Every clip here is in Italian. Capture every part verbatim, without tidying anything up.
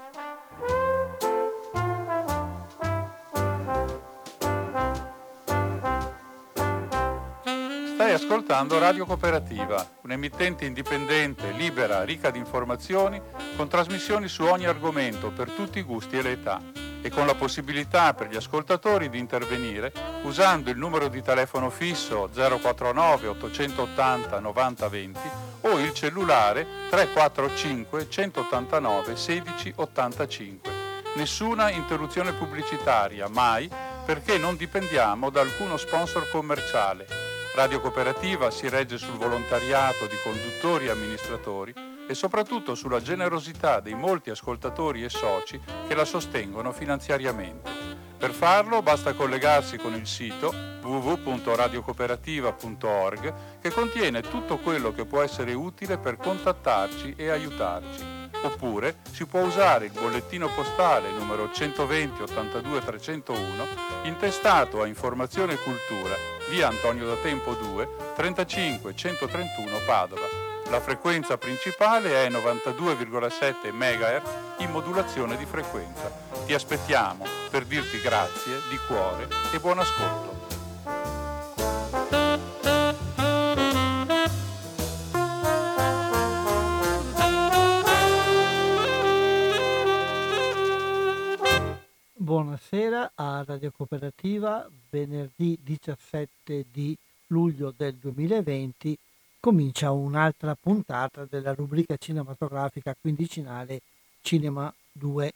Stai ascoltando Radio Cooperativa, un'emittente indipendente, libera, ricca di informazioni, con trasmissioni su ogni argomento per tutti i gusti e le età, e con la possibilità per gli ascoltatori di intervenire usando il numero di telefono fisso zero quattro nove ottocentottanta novanta venti o il cellulare tre quattro cinque centottantanove sedici ottantacinque. Nessuna interruzione pubblicitaria, mai, perché non dipendiamo da alcuno sponsor commerciale. Radio Cooperativa si regge sul volontariato di conduttori e amministratori e soprattutto sulla generosità dei molti ascoltatori e soci che la sostengono finanziariamente. Per farlo basta collegarsi con il sito w w w punto radiocooperativa punto org, che contiene tutto quello che può essere utile per contattarci e aiutarci. Oppure si può usare il bollettino postale numero centoventi ottantadue trecentouno, intestato a Informazione e Cultura, via Antonio da Tempo due, trentacinque centotrentuno Padova. La frequenza principale è novantadue virgola sette megahertz in modulazione di frequenza. Ti aspettiamo per dirti grazie di cuore e buon ascolto. Buonasera a Radio Cooperativa, venerdì diciassette di luglio del duemilaventi comincia un'altra puntata della rubrica cinematografica quindicinale Cinema due,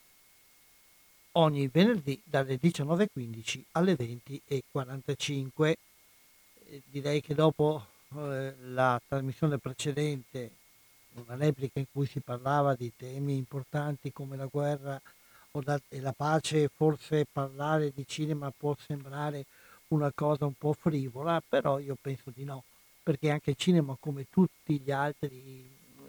ogni venerdì dalle diciannove e quindici alle venti e quarantacinque. Eh, direi che dopo eh, la trasmissione precedente, una replica in cui si parlava di temi importanti come la guerra o la, e la pace, forse parlare di cinema può sembrare una cosa un po' frivola, però io penso di no, perché anche il cinema, come tutti gli altri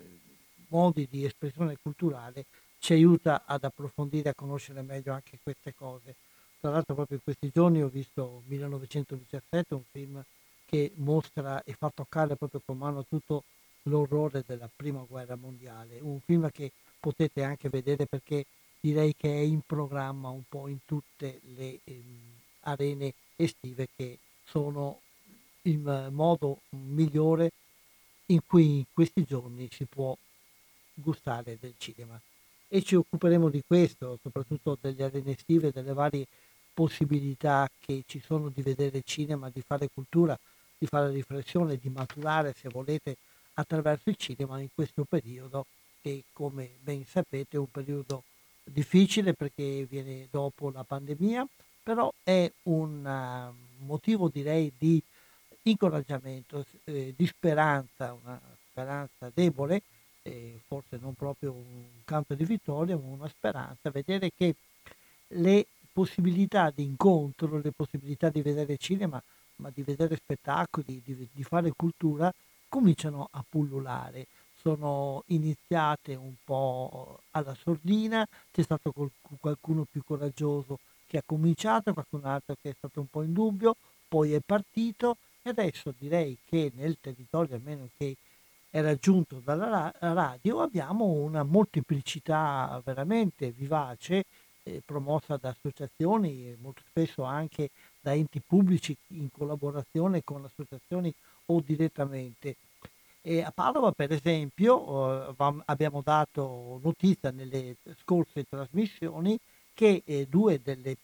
modi di espressione culturale, ci aiuta ad approfondire, a conoscere meglio anche queste cose. Tra l'altro proprio in questi giorni ho visto millenovecentodiciassette, un film che mostra e fa toccare proprio con mano tutto l'orrore della prima guerra mondiale, un film che potete anche vedere perché direi che è in programma un po' in tutte le ehm, arene estive, che sono il modo migliore in cui in questi giorni si può gustare del cinema. E ci occuperemo di questo, soprattutto delle arene estive, delle varie possibilità che ci sono di vedere cinema, di fare cultura, di fare riflessione, di maturare, se volete, attraverso il cinema in questo periodo che, come ben sapete, è un periodo difficile perché viene dopo la pandemia, però è un uh, motivo, direi, di incoraggiamento, eh, di speranza, una speranza debole, eh, forse non proprio un canto di vittoria, ma una speranza, vedere che le possibilità di incontro, le possibilità di vedere cinema, ma di vedere spettacoli, di, di fare cultura, cominciano a pullulare. Sono iniziate un po' alla sordina, c'è stato qualcuno più coraggioso che ha cominciato, qualcun altro che è stato un po' in dubbio, poi è partito e adesso direi che nel territorio, almeno che è raggiunto dalla radio, abbiamo una molteplicità veramente vivace, eh, promossa da associazioni e molto spesso anche da enti pubblici in collaborazione con associazioni o direttamente. E a Padova, per esempio, eh, abbiamo dato notizia nelle scorse trasmissioni che eh, due delle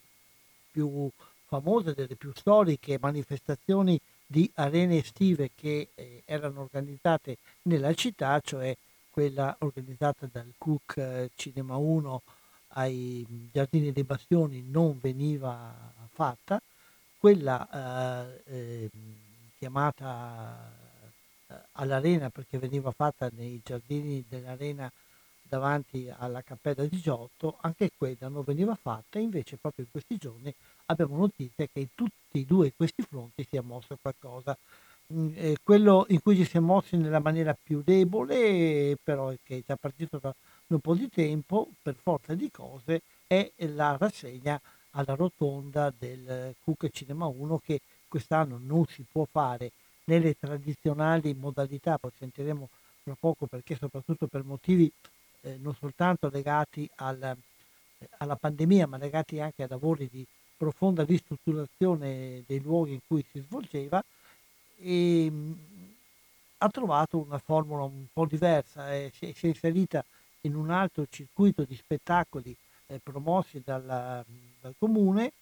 più famose, delle più storiche manifestazioni di arene estive che eh, erano organizzate nella città, cioè quella organizzata dal Cook eh, Cinema uno ai Giardini dei Bastioni, non veniva fatta, quella eh, eh, chiamata all'Arena, perché veniva fatta nei giardini dell'Arena davanti alla Cappella di Giotto, anche quella non veniva fatta, invece proprio in questi giorni abbiamo notizia che in tutti e due questi fronti si è mosso qualcosa. Mm, eh, quello in cui ci si è mossi nella maniera più debole, però che è già partito da un po' di tempo, per forza di cose, è la rassegna alla rotonda del Cook Cinema uno, che quest'anno non si può fare nelle tradizionali modalità, poi sentiremo fra poco perché, soprattutto per motivi eh, non soltanto legati al, alla pandemia, ma legati anche a lavori di profonda ristrutturazione dei luoghi in cui si svolgeva, e mh, ha trovato una formula un po' diversa, e si, è, si è inserita in un altro circuito di spettacoli eh, promossi dalla- dal comune,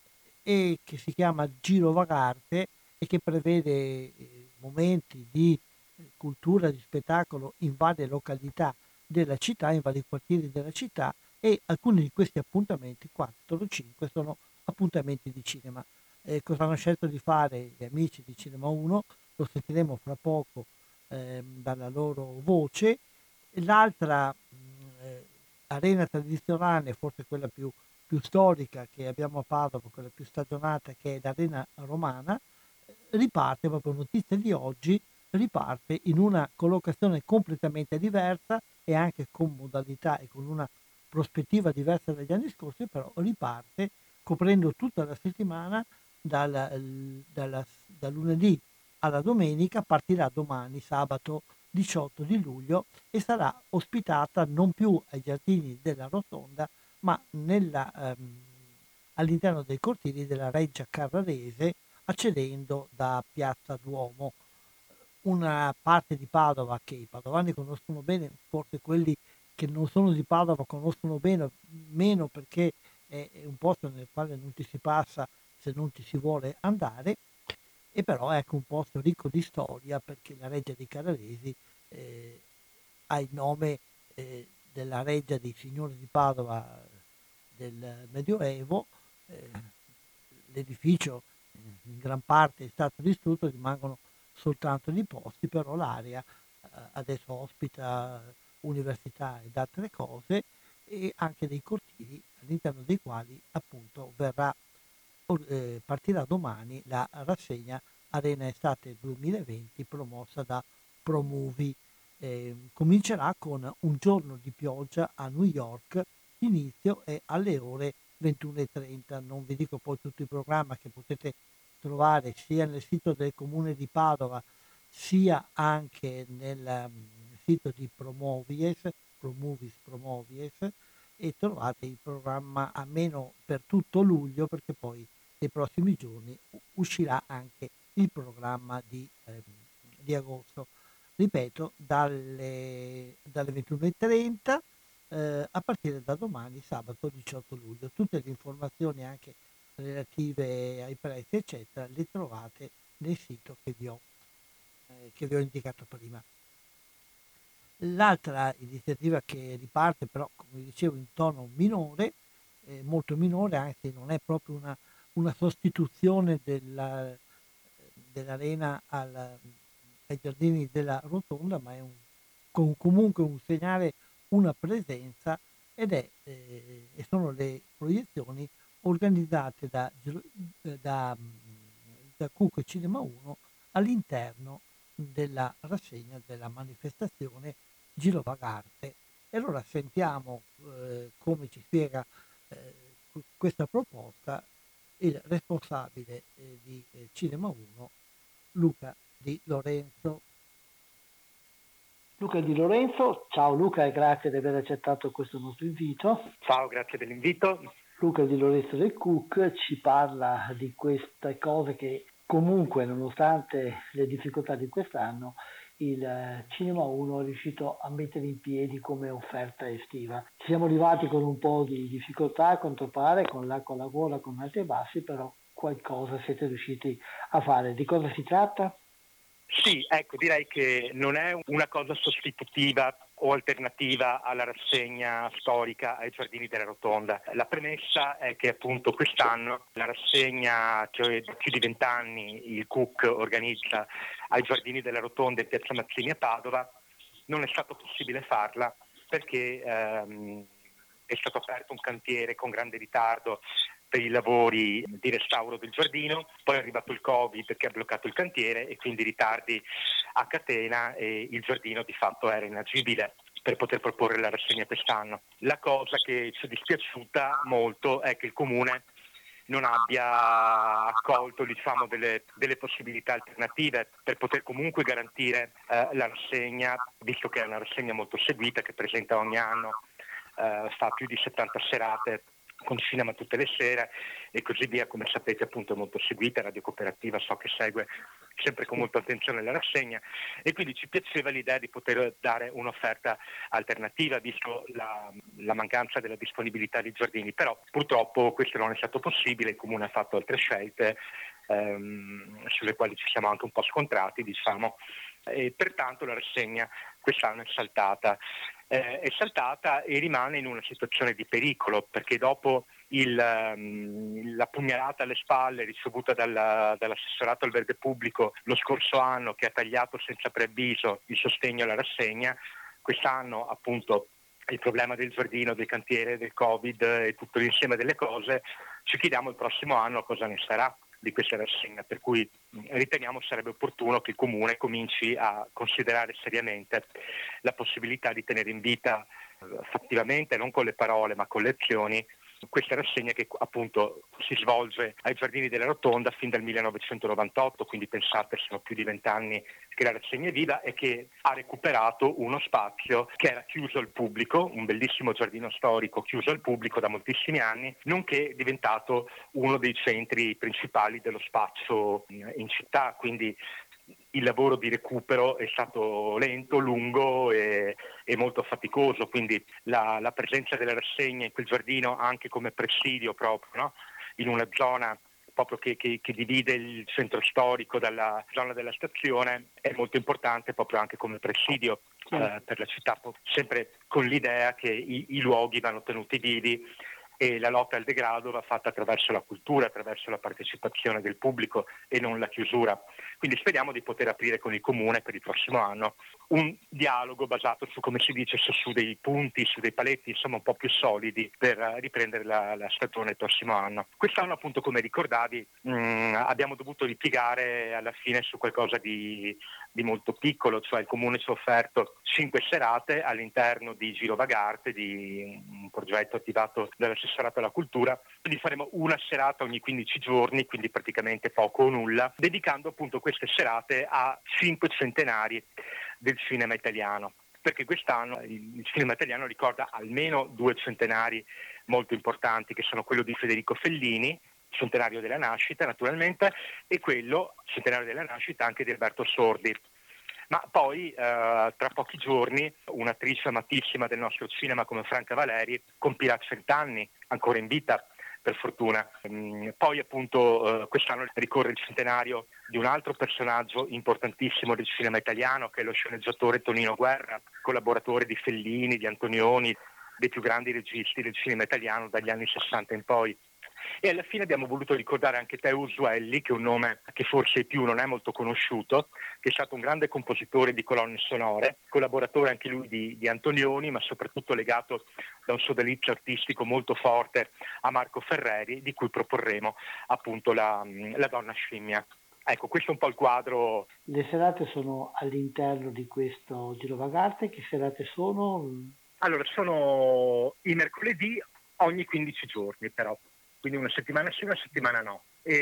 e che si chiama Giro Vagarte, e che prevede eh, momenti di eh, cultura, di spettacolo in varie località della città, in vari quartieri della città, e alcuni di questi appuntamenti, quattro o cinque, sono appuntamenti di cinema. Eh, cosa hanno scelto di fare gli amici di Cinema uno? Lo sentiremo fra poco ehm, dalla loro voce. L'altra mh, eh, arena tradizionale, forse quella più, più storica che abbiamo a Padova, quella più stagionata, che è l'Arena Romana, eh, riparte, proprio notizia di oggi, riparte in una collocazione completamente diversa e anche con modalità e con una prospettiva diversa dagli anni scorsi, però riparte coprendo tutta la settimana dal, dalla- da lunedì alla domenica. Partirà domani, sabato diciotto di luglio, e sarà ospitata non più ai giardini della Rotonda, ma nella, ehm, all'interno dei cortili della Reggia Carrarese, accedendo da Piazza Duomo. Una parte di Padova che i padovani conoscono bene, forse quelli che non sono di Padova conoscono bene, meno, perché è è un posto nel quale non ci si passa se non ci si vuole andare, e però è anche un posto ricco di storia, perché la Reggia dei Carraresi eh, ha il nome eh, della reggia dei signori di Padova del Medioevo. eh, L'edificio eh, in gran parte è stato distrutto, rimangono soltanto dei posti, però l'area eh, adesso ospita università ed altre cose, e anche dei cortili all'interno dei quali appunto verrà, eh, partirà domani la rassegna Arena Estate duemilaventi, promossa da Promovi. Eh, comincerà con Un giorno di pioggia a New York, l'inizio è alle ore ventuno e trenta. Non vi dico poi tutto il programma, che potete trovare sia nel sito del comune di Padova, sia anche nel um, sito di Promovies, Promovis Promovies, e trovate il programma almeno per tutto luglio, perché poi nei prossimi giorni uscirà anche il programma di, ehm, di agosto. Ripeto, dalle, dalle ventuno e trenta eh, a partire da domani, sabato diciotto luglio. Tutte le informazioni anche relative ai prezzi, eccetera, le trovate nel sito che vi ho, eh, che vi ho indicato prima. L'altra iniziativa che riparte, però, come dicevo, in tono minore, eh, molto minore, anzi non è proprio una, una sostituzione della, dell'arena al, ai giardini della Rotonda, ma è un, con, comunque un segnale, una presenza, ed è, eh, e sono le proiezioni organizzate da, eh, da, da Cucco e Cinema uno all'interno della rassegna della manifestazione Giro Vagarte. E allora sentiamo eh, come ci spiega eh, questa proposta il responsabile eh, di eh, Cinema uno, Luca Di Lorenzo. Luca Di Lorenzo, ciao Luca, e grazie di aver accettato questo nostro invito. Ciao, grazie dell'invito. Luca Di Lorenzo del Cook ci parla di queste cose che comunque, nonostante le difficoltà di quest'anno, il Cinema uno è riuscito a mettere in piedi come offerta estiva. Ci siamo arrivati con un po' di difficoltà, a quanto pare, con l'acqua alla gola, con alti e bassi, però qualcosa siete riusciti a fare. Di cosa si tratta? Sì, ecco, direi che non è una cosa sostitutiva o alternativa alla rassegna storica ai Giardini della Rotonda. La premessa è che appunto quest'anno la rassegna che da più di vent'anni il Cook organizza ai Giardini della Rotonda in Piazza Mazzini a Padova non è stato possibile farla perché ehm, è stato aperto un cantiere con grande ritardo per i lavori di restauro del giardino, poi è arrivato il Covid che ha bloccato il cantiere e quindi ritardi a catena, e il giardino di fatto era inagibile per poter proporre la rassegna quest'anno. La cosa che ci è dispiaciuta molto è che il Comune non abbia accolto diciamo, delle, delle possibilità alternative per poter comunque garantire eh, la rassegna, visto che è una rassegna molto seguita che presenta ogni anno, eh, fa più di settanta serate con cinema tutte le sere e così via, come sapete appunto è molto seguita, Radio Cooperativa so che segue sempre con molta attenzione la rassegna e quindi ci piaceva l'idea di poter dare un'offerta alternativa visto la, la mancanza della disponibilità di giardini, però purtroppo questo non è stato possibile, il Comune ha fatto altre scelte ehm, sulle quali ci siamo anche un po' scontrati diciamo e pertanto la rassegna quest'anno è saltata. Eh, è saltata e rimane in una situazione di pericolo perché dopo il, um, la pugnalata alle spalle ricevuta dalla, dall'assessorato al verde pubblico lo scorso anno che ha tagliato senza preavviso il sostegno alla rassegna, quest'anno appunto il problema del giardino, del cantiere, del Covid e tutto l'insieme delle cose, ci chiediamo il prossimo anno cosa ne sarà di questa rassegna, per cui riteniamo sarebbe opportuno che il Comune cominci a considerare seriamente la possibilità di tenere in vita fattivamente, non con le parole ma con le azioni, questa rassegna che appunto si svolge ai Giardini della Rotonda fin dal millenovecentonovantotto, quindi pensate sono più di vent'anni che la rassegna è viva e che ha recuperato uno spazio che era chiuso al pubblico, un bellissimo giardino storico chiuso al pubblico da moltissimi anni, nonché diventato uno dei centri principali dello spazio in città, quindi il lavoro di recupero è stato lento, lungo e, e molto faticoso, quindi la, la presenza della rassegna in quel giardino anche come presidio proprio, no? In una zona proprio che, che, che divide il centro storico dalla zona della stazione è molto importante proprio anche come presidio eh, per la città, sempre con l'idea che i, i luoghi vanno tenuti vivi e la lotta al degrado va fatta attraverso la cultura, attraverso la partecipazione del pubblico e non la chiusura. Quindi speriamo di poter aprire con il Comune per il prossimo anno un dialogo basato su, come si dice, su, su dei punti, su dei paletti insomma un po' più solidi per riprendere la, la stagione il prossimo anno. Quest'anno appunto come ricordavi mh, abbiamo dovuto ripiegare alla fine su qualcosa di, di molto piccolo, cioè il Comune ci ha offerto cinque serate all'interno di Girovagarte, di un progetto attivato dall'assessorato alla cultura, quindi faremo una serata ogni quindici giorni, quindi praticamente poco o nulla, dedicando appunto queste serate a cinque centenari del cinema italiano, perché quest'anno il cinema italiano ricorda almeno due centenari molto importanti, che sono quello di Federico Fellini, centenario della nascita naturalmente, e quello, centenario della nascita, anche di Alberto Sordi. Ma poi eh, tra pochi giorni un'attrice amatissima del nostro cinema come Franca Valeri compirà cent'anni, ancora in vita per fortuna. Mm, poi appunto eh, quest'anno ricorre il centenario di un altro personaggio importantissimo del cinema italiano che è lo sceneggiatore Tonino Guerra, collaboratore di Fellini, di Antonioni, dei più grandi registi del cinema italiano dagli anni sessanta in poi. E alla fine abbiamo voluto ricordare anche Teo Usuelli, che è un nome che forse più non è molto conosciuto, che è stato un grande compositore di colonne sonore, collaboratore anche lui di, di Antonioni, ma soprattutto legato da un sodalizio artistico molto forte a Marco Ferreri, di cui proporremo appunto la, la Donna Scimmia. Ecco, questo è un po' il quadro. Le serate sono all'interno di questo Girovagarte, che serate sono? Allora, sono i mercoledì ogni quindici giorni però. Quindi una settimana sì, una settimana no.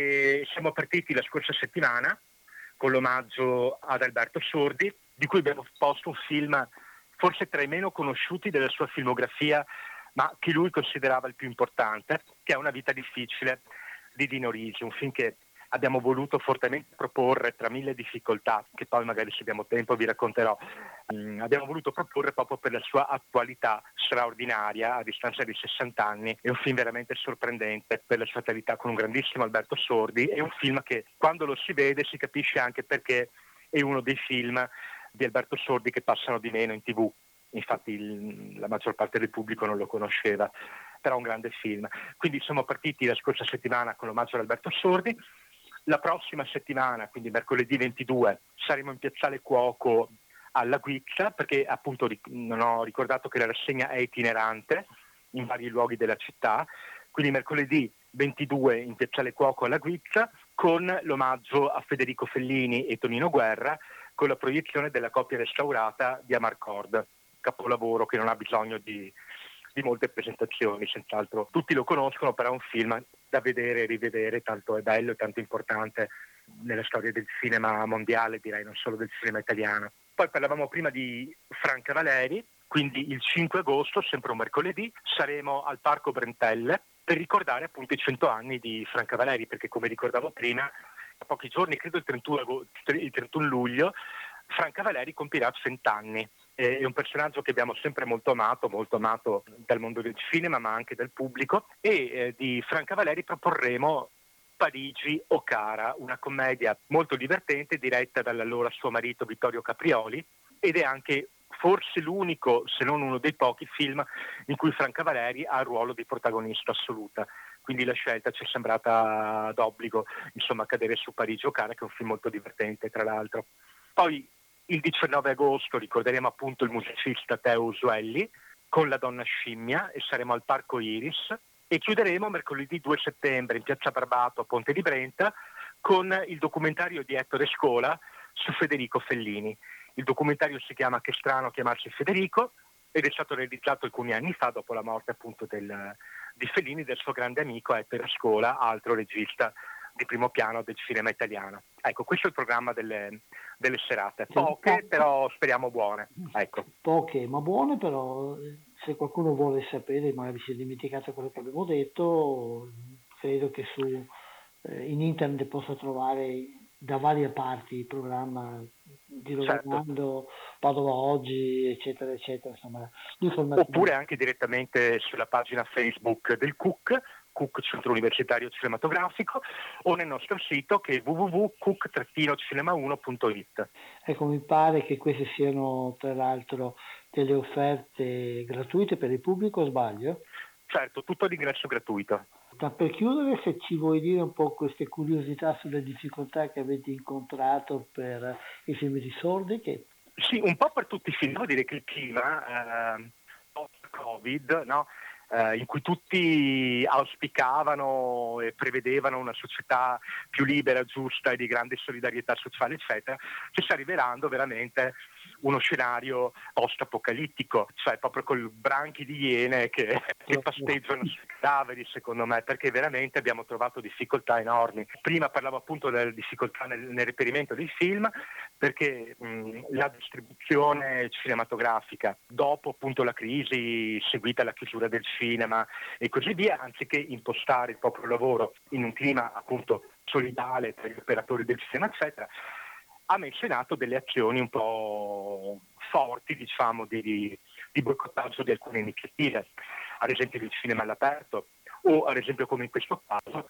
E siamo partiti la scorsa settimana con l'omaggio ad Alberto Sordi, di cui abbiamo posto un film forse tra i meno conosciuti della sua filmografia, ma che lui considerava il più importante, che è Una vita difficile di Dino Risi, un film che abbiamo voluto fortemente proporre tra mille difficoltà, che poi magari se abbiamo tempo vi racconterò. Mm, abbiamo voluto proporre proprio per la sua attualità straordinaria, a distanza di sessanta anni. È un film veramente sorprendente per la sua attualità, con un grandissimo Alberto Sordi. È un film che quando lo si vede si capisce anche perché è uno dei film di Alberto Sordi che passano di meno in tivù. Infatti il, la maggior parte del pubblico non lo conosceva, però è un grande film. Quindi siamo partiti la scorsa settimana con l'omaggio ad Alberto Sordi. La prossima settimana, quindi mercoledì ventidue, saremo in Piazzale Cuoco alla Guiccia, perché appunto non ho ricordato che la rassegna è itinerante in vari luoghi della città, quindi mercoledì ventidue in Piazzale Cuoco alla Guiccia, con l'omaggio a Federico Fellini e Tonino Guerra, con la proiezione della coppia restaurata di Amarcord, capolavoro che non ha bisogno di, di molte presentazioni, senz'altro tutti lo conoscono, però è un film da vedere e rivedere, tanto è bello e tanto importante nella storia del cinema mondiale, direi non solo del cinema italiano. Poi parlavamo prima di Franca Valeri, quindi il cinque agosto, sempre un mercoledì, saremo al Parco Brentelle per ricordare appunto i cento anni di Franca Valeri, perché come ricordavo prima, a pochi giorni, credo il trentuno, agosto, il trentuno luglio, Franca Valeri compirà cento anni. È un personaggio che abbiamo sempre molto amato, molto amato dal mondo del cinema ma anche dal pubblico, e eh, di Franca Valeri proporremo Parigi o Cara, una commedia molto divertente diretta dall'allora suo marito Vittorio Caprioli, ed è anche forse l'unico, se non uno dei pochi film in cui Franca Valeri ha il ruolo di protagonista assoluta. Quindi la scelta ci è sembrata d'obbligo, insomma, cadere su Parigi o Cara, che è un film molto divertente tra l'altro. Poi il diciannove agosto ricorderemo appunto il musicista Teo Usuelli con La donna scimmia e saremo al Parco Iris, e chiuderemo mercoledì due settembre in Piazza Barbato a Ponte di Brenta con il documentario di Ettore Scola su Federico Fellini. Il documentario si chiama Che strano chiamarsi Federico ed è stato realizzato alcuni anni fa dopo la morte appunto del, di Fellini, del suo grande amico Ettore Scola, altro regista di primo piano del cinema italiano. Ecco, questo è il programma delle, delle serate. Poche, però speriamo buone. Ecco. Poche, ma buone, però se qualcuno vuole sapere, magari si è dimenticato quello che abbiamo detto, credo che su eh, in internet possa trovare da varie parti il programma di Governando, certo. Padova Oggi, eccetera, eccetera. Insomma, oppure anche direttamente sulla pagina Facebook del C U C, C U C Centro Universitario Cinematografico, o nel nostro sito che è w w w punto c u c cinema uno punto i t. Ecco, mi pare che queste siano tra l'altro delle offerte gratuite per il pubblico, o sbaglio? Certo, tutto l'ingresso gratuito. Ma per chiudere, se ci vuoi dire un po' queste curiosità sulle difficoltà che avete incontrato per i film di sordi? Che... Sì, un po' per tutti i film, devo dire che il clima eh, post-Covid, no? Eh, in cui tutti auspicavano e prevedevano una società più libera, giusta e di grande solidarietà sociale, eccetera, ci sta rivelando veramente uno scenario post-apocalittico, cioè proprio col branchi di iene che, che pasteggiano sui cadaveri, secondo me, perché veramente abbiamo trovato difficoltà enormi. Prima parlavo appunto delle difficoltà nel, nel reperimento dei film, perché mh, la distribuzione cinematografica, dopo appunto la crisi seguita alla chiusura del cinema e così via, anziché impostare il proprio lavoro in un clima appunto solidale tra gli operatori del cinema, eccetera, ha messo in atto delle azioni un po' forti, diciamo, di, di boicottaggio di alcune iniziative, ad esempio il cinema all'aperto, o ad esempio come in questo caso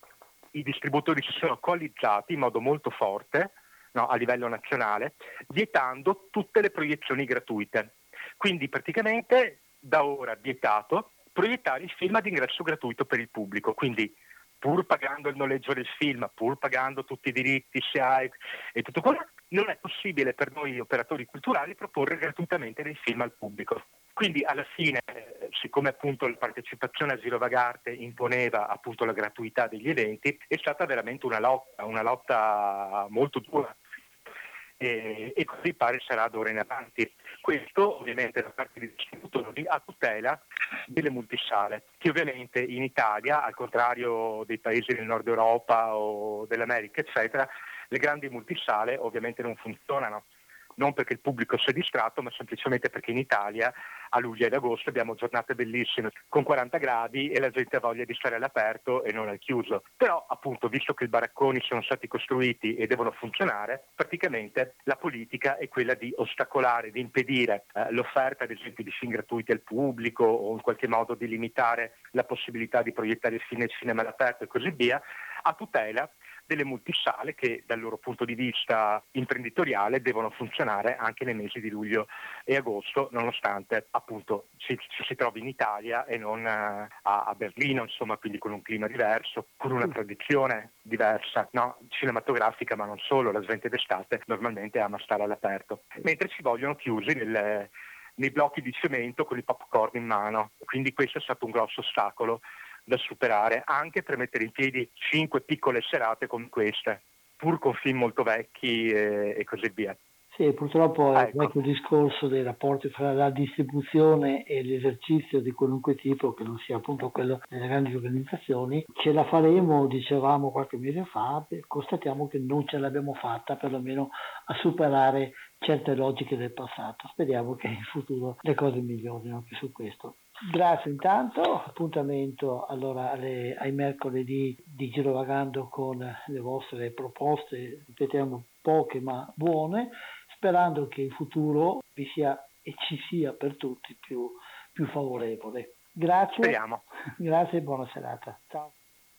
i distributori si sono coalizzati in modo molto forte, no, a livello nazionale, vietando tutte le proiezioni gratuite. Quindi praticamente da ora vietato proiettare il film ad ingresso gratuito per il pubblico, quindi pur pagando il noleggio del film, pur pagando tutti i diritti S I A E e tutto quello, non è possibile per noi operatori culturali proporre gratuitamente dei film al pubblico. Quindi alla fine, siccome appunto la partecipazione a Girovagarte imponeva appunto la gratuità degli eventi, è stata veramente una lotta, una lotta molto dura. E, e così pare sarà d'ora in avanti. Questo ovviamente da parte dei distributori a tutela delle multisale, che ovviamente in Italia, al contrario dei paesi del nord Europa o dell'America, eccetera, le grandi multisale ovviamente non funzionano. Non perché il pubblico sia distratto, ma semplicemente perché in Italia a luglio ed agosto abbiamo giornate bellissime con quaranta gradi e la gente ha voglia di stare all'aperto e non al chiuso. Però appunto, visto che i baracconi sono stati costruiti e devono funzionare, praticamente la politica è quella di ostacolare, di impedire eh, l'offerta ad esempio di film gratuiti al pubblico, o in qualche modo di limitare la possibilità di proiettare il film nel cinema all'aperto e così via, a tutela delle multisale che dal loro punto di vista imprenditoriale devono funzionare anche nei mesi di luglio e agosto, nonostante appunto ci, ci si trovi in Italia e non a, a Berlino, insomma, quindi con un clima diverso, con una tradizione diversa, no? Cinematografica, ma non solo, la gente d'estate normalmente ama stare all'aperto, mentre ci vogliono chiusi nelle, nei blocchi di cemento con il popcorn in mano, quindi questo è stato un grosso ostacolo da superare, anche per mettere in piedi cinque piccole serate come queste, pur con film molto vecchi e, e così via. Sì, purtroppo è il Ecco. vecchio discorso dei rapporti fra la distribuzione e l'esercizio di qualunque tipo, che non sia appunto quello delle grandi organizzazioni. Ce la faremo, dicevamo qualche mese fa, beh, constatiamo che non ce l'abbiamo fatta perlomeno a superare certe logiche del passato. Speriamo che in futuro le cose migliorino anche su questo. Grazie intanto, appuntamento allora alle- ai mercoledì di Girovagando con le vostre proposte, ripetiamo poche ma buone, sperando che il futuro vi sia e ci sia per tutti più, più favorevole. Grazie, Speriamo. grazie e buona serata. Ciao.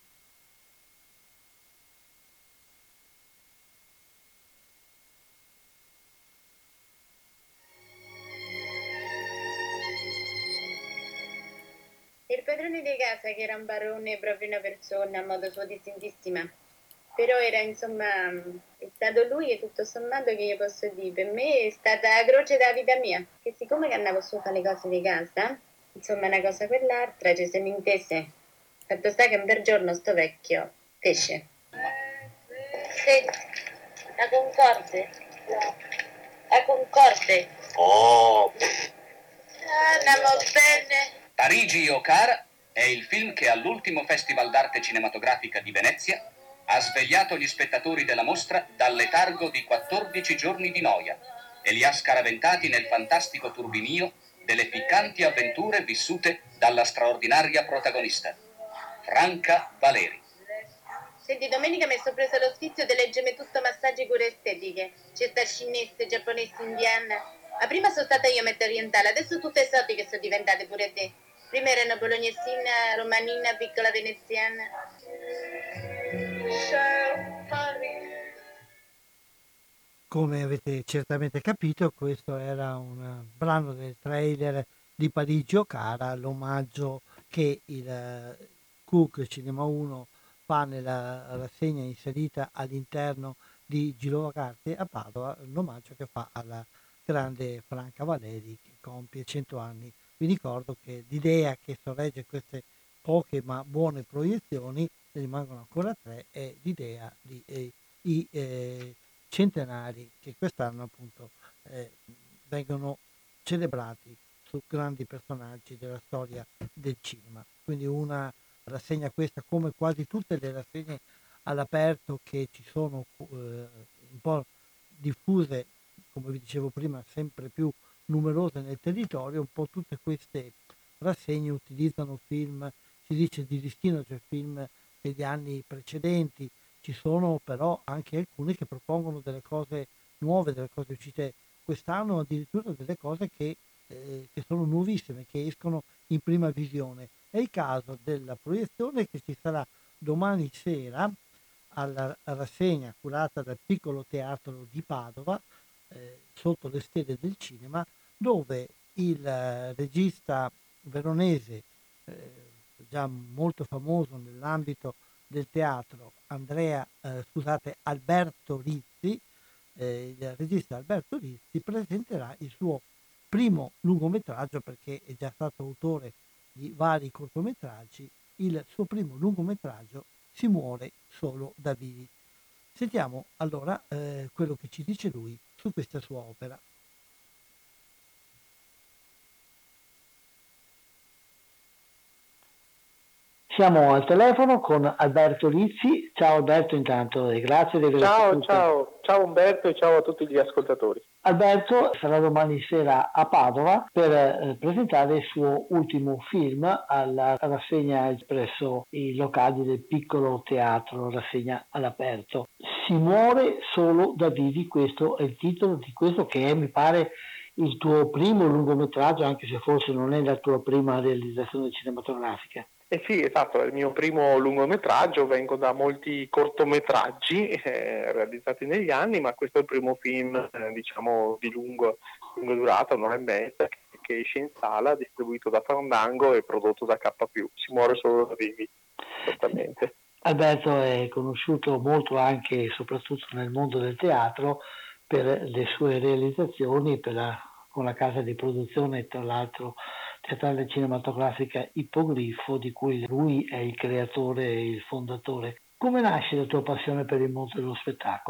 Il padrone di casa, che era un barone, proprio una persona a modo suo distintissima, però era insomma, è stato lui e tutto sommato che io posso dire, per me è stata la croce della vita mia, che siccome che andavo su a fare le cose di casa, insomma una cosa quell'altra, ci siamo intese. Fatto sta che un bel giorno sto vecchio fece. Senti, la Concorde? No. La Concorde? Oh, Ah, andiamo bene. Parigi o Cara è il film che all'ultimo Festival d'arte cinematografica di Venezia ha svegliato gli spettatori della mostra dal letargo di quattordici giorni di noia e li ha scaraventati nel fantastico turbinio delle piccanti avventure vissute dalla straordinaria protagonista, Franca Valeri. Senti, domenica mi sono preso lo sfizio di leggermi tutto massaggi cure estetiche. C'è sta cinese, giapponese, indiana. Ma prima sono stata io mezza orientale, adesso tutte esotiche sono diventate pure te. Prima erano bolognesina, romanina, piccola veneziana. Come avete certamente capito, questo era un brano del trailer di Parigi o Cara, l'omaggio che il eh, Cook Cinema uno fa nella rassegna inserita all'interno di Girovagarte a Padova, l'omaggio che fa alla grande Franca Valeri che compie cento anni. Vi ricordo che l'idea che sorregge queste poche ma buone proiezioni, ne rimangono ancora tre, è l'idea di eh, i eh, centenari che quest'anno appunto eh, vengono celebrati su grandi personaggi della storia del cinema. Quindi una rassegna questa, come quasi tutte le rassegne all'aperto che ci sono eh, un po' diffuse, come vi dicevo prima, sempre più numerose nel territorio, un po' tutte queste rassegne utilizzano film, si dice di listino, cioè film degli anni precedenti. Ci sono però anche alcuni che propongono delle cose nuove, delle cose uscite quest'anno, addirittura delle cose che, eh, che sono nuovissime, che escono in prima visione. È il caso della proiezione che ci sarà domani sera alla rassegna curata dal Piccolo Teatro di Padova, eh, sotto le stelle del cinema, dove il eh, regista veronese, eh, già molto famoso nell'ambito del teatro, Andrea, eh, scusate, Alberto Rizzi, eh, il regista Alberto Rizzi presenterà il suo primo lungometraggio, perché è già stato autore di vari cortometraggi, il suo primo lungometraggio, Si muore solo da vivi. Sentiamo allora eh, quello che ci dice lui su questa sua opera. Siamo al telefono con Alberto Rizzi. Ciao Alberto intanto e grazie di aver Ciao, accettato. ciao, ciao Umberto e ciao a tutti gli ascoltatori. Alberto sarà domani sera a Padova per eh, presentare il suo ultimo film alla rassegna presso i locali del Piccolo Teatro, rassegna all'aperto. Si muore solo da vivi, questo è il titolo di questo che è, mi pare, il tuo primo lungometraggio, anche se forse non è la tua prima realizzazione cinematografica. Eh sì, esatto, è il mio primo lungometraggio, vengo da molti cortometraggi eh, realizzati negli anni, ma questo è il primo film, eh, diciamo, di lungo, lungo durata, un'ora e mezza, che, che esce in sala, distribuito da Fandango e prodotto da K più. Si muore solo da vivi, esattamente. Alberto è conosciuto molto anche e soprattutto nel mondo del teatro per le sue realizzazioni, per la, con la casa di produzione, tra l'altro teatrale cinematografica Ippogrifo, di cui lui è il creatore e il fondatore. Come nasce la tua passione per il mondo dello spettacolo?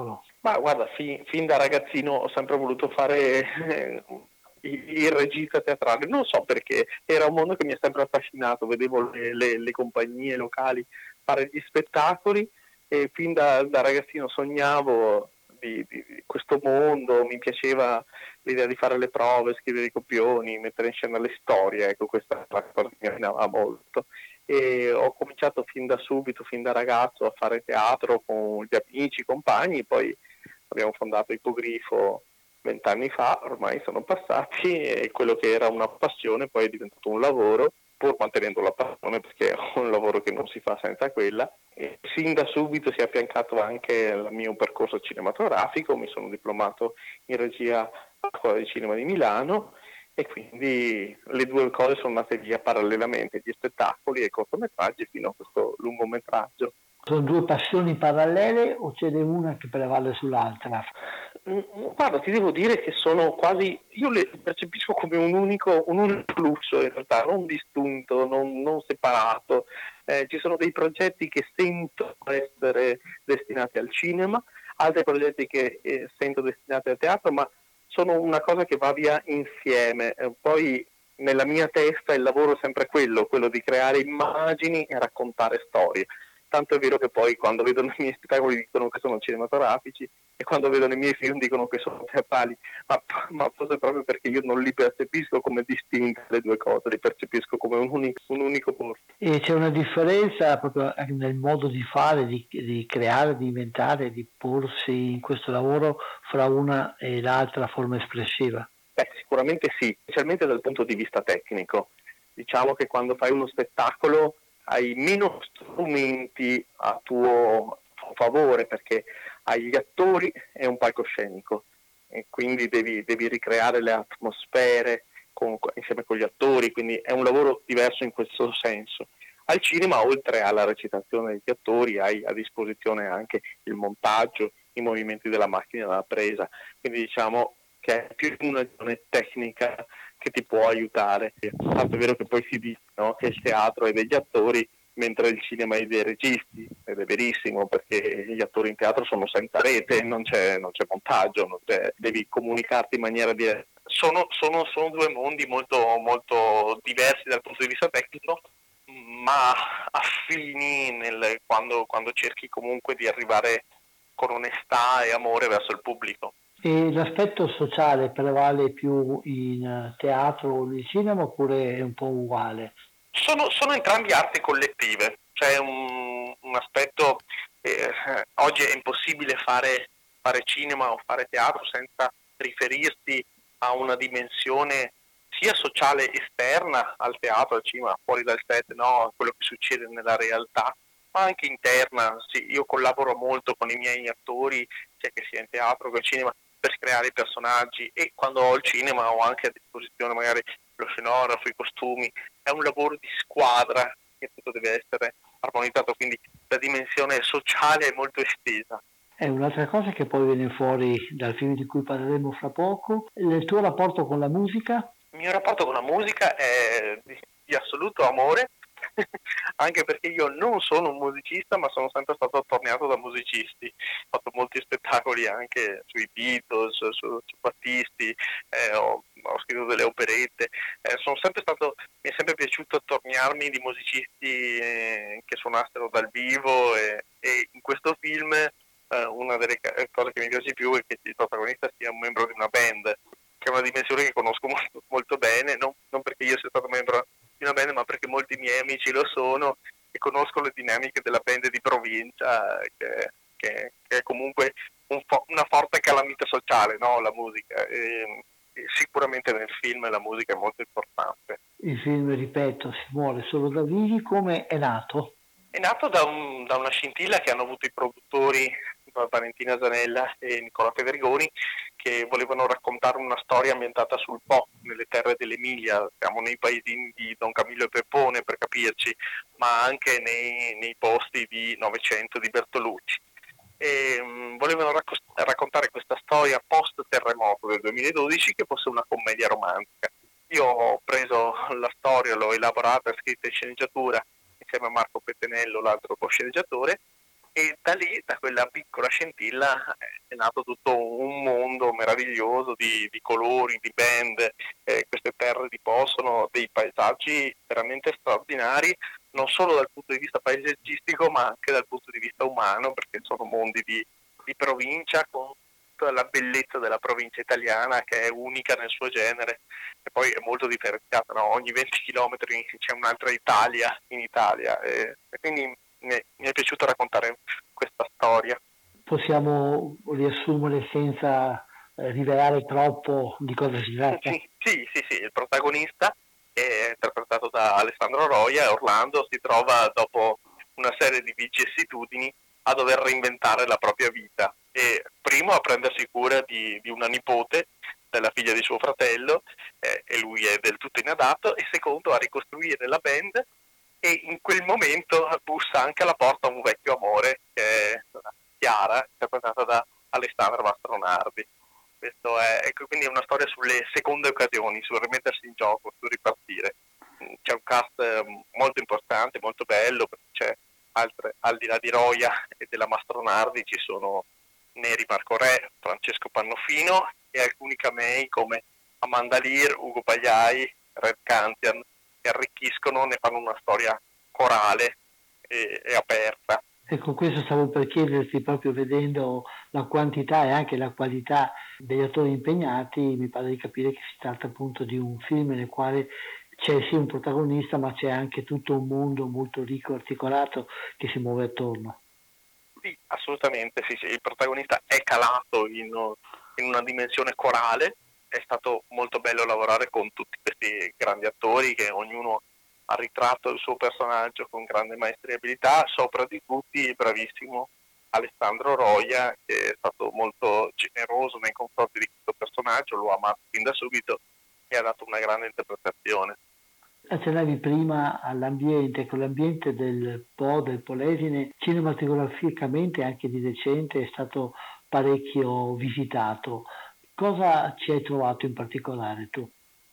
Ma guarda, fin, fin da ragazzino ho sempre voluto fare eh, il, il regista teatrale, non so perché, era un mondo che mi ha sempre affascinato, vedevo le, le, le compagnie locali fare gli spettacoli e fin da, da ragazzino sognavo di, di, di questo mondo, mi piaceva l'idea di fare le prove, scrivere i copioni, mettere in scena le storie, ecco, questa è la cosa che mi animava molto. E ho cominciato fin da subito, fin da ragazzo, a fare teatro con gli amici, i compagni, poi abbiamo fondato Ipogrifo vent'anni fa, ormai sono passati e quello che era una passione poi è diventato un lavoro, pur mantenendo la passione perché è un lavoro che non si fa senza quella. E sin da subito si è affiancato anche il mio percorso cinematografico, mi sono diplomato in regia alla Scuola di Cinema di Milano e quindi le due cose sono nate via parallelamente, gli spettacoli e i cortometraggi fino a questo lungometraggio. Sono due passioni parallele o ce n'è una che prevale sull'altra? Guarda, ti devo dire che sono quasi, io le percepisco come un unico, un unico flusso in realtà, non distinto, non, non separato. Eh, ci sono dei progetti che sento essere destinati al cinema, altri progetti che eh, sento destinati al teatro, ma sono una cosa che va via insieme. Eh, poi nella mia testa il lavoro è sempre quello, quello di creare immagini e raccontare storie. Tanto è vero che poi quando vedono i miei spettacoli dicono che sono cinematografici e quando vedono i miei film dicono che sono teatrali, ma, ma forse proprio perché io non li percepisco come distinte le due cose, li percepisco come un unico, un unico posto. E c'è una differenza proprio nel modo di fare, di, di creare, di inventare, di porsi in questo lavoro fra una e l'altra forma espressiva? Beh, sicuramente sì, specialmente dal punto di vista tecnico. Diciamo che quando fai uno spettacolo hai meno strumenti a tuo favore perché hai gli attori e un palcoscenico e quindi devi, devi ricreare le atmosfere con, insieme con gli attori, quindi è un lavoro diverso in questo senso. Al cinema, oltre alla recitazione degli attori, hai a disposizione anche il montaggio, i movimenti della macchina da presa, quindi diciamo che è più una questione tecnica che ti può aiutare. Tanto è vero che poi si dice, no, che il teatro è degli attori mentre il cinema è dei registi, ed è verissimo perché gli attori in teatro sono senza rete, non c'è, non c'è montaggio, non c'è, devi comunicarti in maniera diversa. Sono, sono, sono due mondi molto, molto diversi dal punto di vista tecnico, ma affini nel, quando, quando cerchi comunque di arrivare con onestà e amore verso il pubblico. E l'aspetto sociale prevale più in teatro o in cinema oppure è un po' uguale? Sono, sono entrambi arti collettive, c'è un, un aspetto, eh, oggi è impossibile fare, fare cinema o fare teatro senza riferirsi a una dimensione sia sociale esterna al teatro, al cinema, fuori dal set, no, quello che succede nella realtà, ma anche interna. Sì, io collaboro molto con i miei attori, sia che sia in teatro che in cinema, per creare i personaggi e quando ho il cinema ho anche a disposizione magari lo scenografo, i costumi, è un lavoro di squadra che tutto deve essere armonizzato, quindi la dimensione sociale è molto estesa. È un'altra cosa che poi viene fuori dal film di cui parleremo fra poco, il tuo rapporto con la musica? Il mio rapporto con la musica è di, di assoluto amore, anche perché io non sono un musicista ma sono sempre stato attorniato da musicisti, ho fatto molti spettacoli anche sui Beatles, su, su Battisti, eh, ho, ho scritto delle operette, eh, sono sempre stato, mi è sempre piaciuto attorniarmi di musicisti eh, che suonassero dal vivo e, e in questo film eh, una delle cose che mi piace di più è che il protagonista sia un membro di una band, che è una dimensione che conosco molto, molto bene, non, non perché io sia stato membro di una band, ma perché molti miei amici lo sono e conosco le dinamiche della band di provincia, che, che, che è comunque un fo- una forte calamita sociale, no? La musica. E, e sicuramente nel film la musica è molto importante. Il film, ripeto, si muore solo da vivi. Come è nato? È nato da, un, da una scintilla che hanno avuto i produttori Valentina Zanella e Nicola Federigoni, che volevano raccontare una storia ambientata sul Po, nelle terre dell'Emilia, siamo nei paesini di Don Camillo e Peppone per capirci, ma anche nei, nei posti di Novecento di Bertolucci. E, um, volevano racco- raccontare questa storia post-terremoto del duemiladodici che fosse una commedia romantica. Io ho preso la storia, l'ho elaborata, scritta in sceneggiatura insieme a Marco Pettenello, l'altro co-sceneggiatore, e da lì, da quella piccola scintilla, è nato tutto un mondo meraviglioso di, di colori, di band. Eh, queste terre di Po sono dei paesaggi veramente straordinari, non solo dal punto di vista paesaggistico ma anche dal punto di vista umano, perché sono mondi di, di provincia con tutta la bellezza della provincia italiana che è unica nel suo genere e poi è molto differenziata, no? Ogni venti chilometri c'è un'altra Italia in Italia e, e quindi mi è, mi è piaciuto raccontare questa storia. Possiamo riassumere senza eh, rivelare troppo di cosa si tratta? Sì, sì, sì, sì, il protagonista è interpretato da Alessandro Roia e Orlando si trova dopo una serie di vicissitudini a dover reinventare la propria vita e primo a prendersi cura di, di una nipote della figlia di suo fratello eh, e lui è del tutto inadatto e secondo a ricostruire la band e in quel momento bussa anche alla porta un vecchio amore che è Chiara, interpretata da Alessandra Mastronardi. Questo è, ecco, quindi è una storia sulle seconde occasioni, sul rimettersi in gioco, sul ripartire. C'è un cast molto importante, molto bello, perché c'è altre, al di là di Roia e della Mastronardi ci sono Neri Marco Re, Francesco Pannofino e alcuni camei come Amanda Lear, Ugo Pagliai, Red Cantian, che arricchiscono, ne fanno una storia corale e, e aperta. Ecco, questo stavo per chiederti, proprio vedendo la quantità e anche la qualità degli attori impegnati, mi pare di capire che si tratta appunto di un film nel quale c'è sì un protagonista, ma c'è anche tutto un mondo molto ricco e articolato che si muove attorno. Sì, assolutamente, sì, sì. Il protagonista è calato in, in una dimensione corale, è stato molto bello lavorare con tutti questi grandi attori che ognuno ha ritratto il suo personaggio con grande maestria e abilità, sopra di tutti il bravissimo Alessandro Roia che è stato molto generoso nei confronti di questo personaggio, lo ha amato fin da subito e ha dato una grande interpretazione. Accennavi prima all'ambiente, con l'ambiente del Po, del Polesine, cinematograficamente anche di recente è stato parecchio visitato. Cosa ci hai trovato in particolare tu?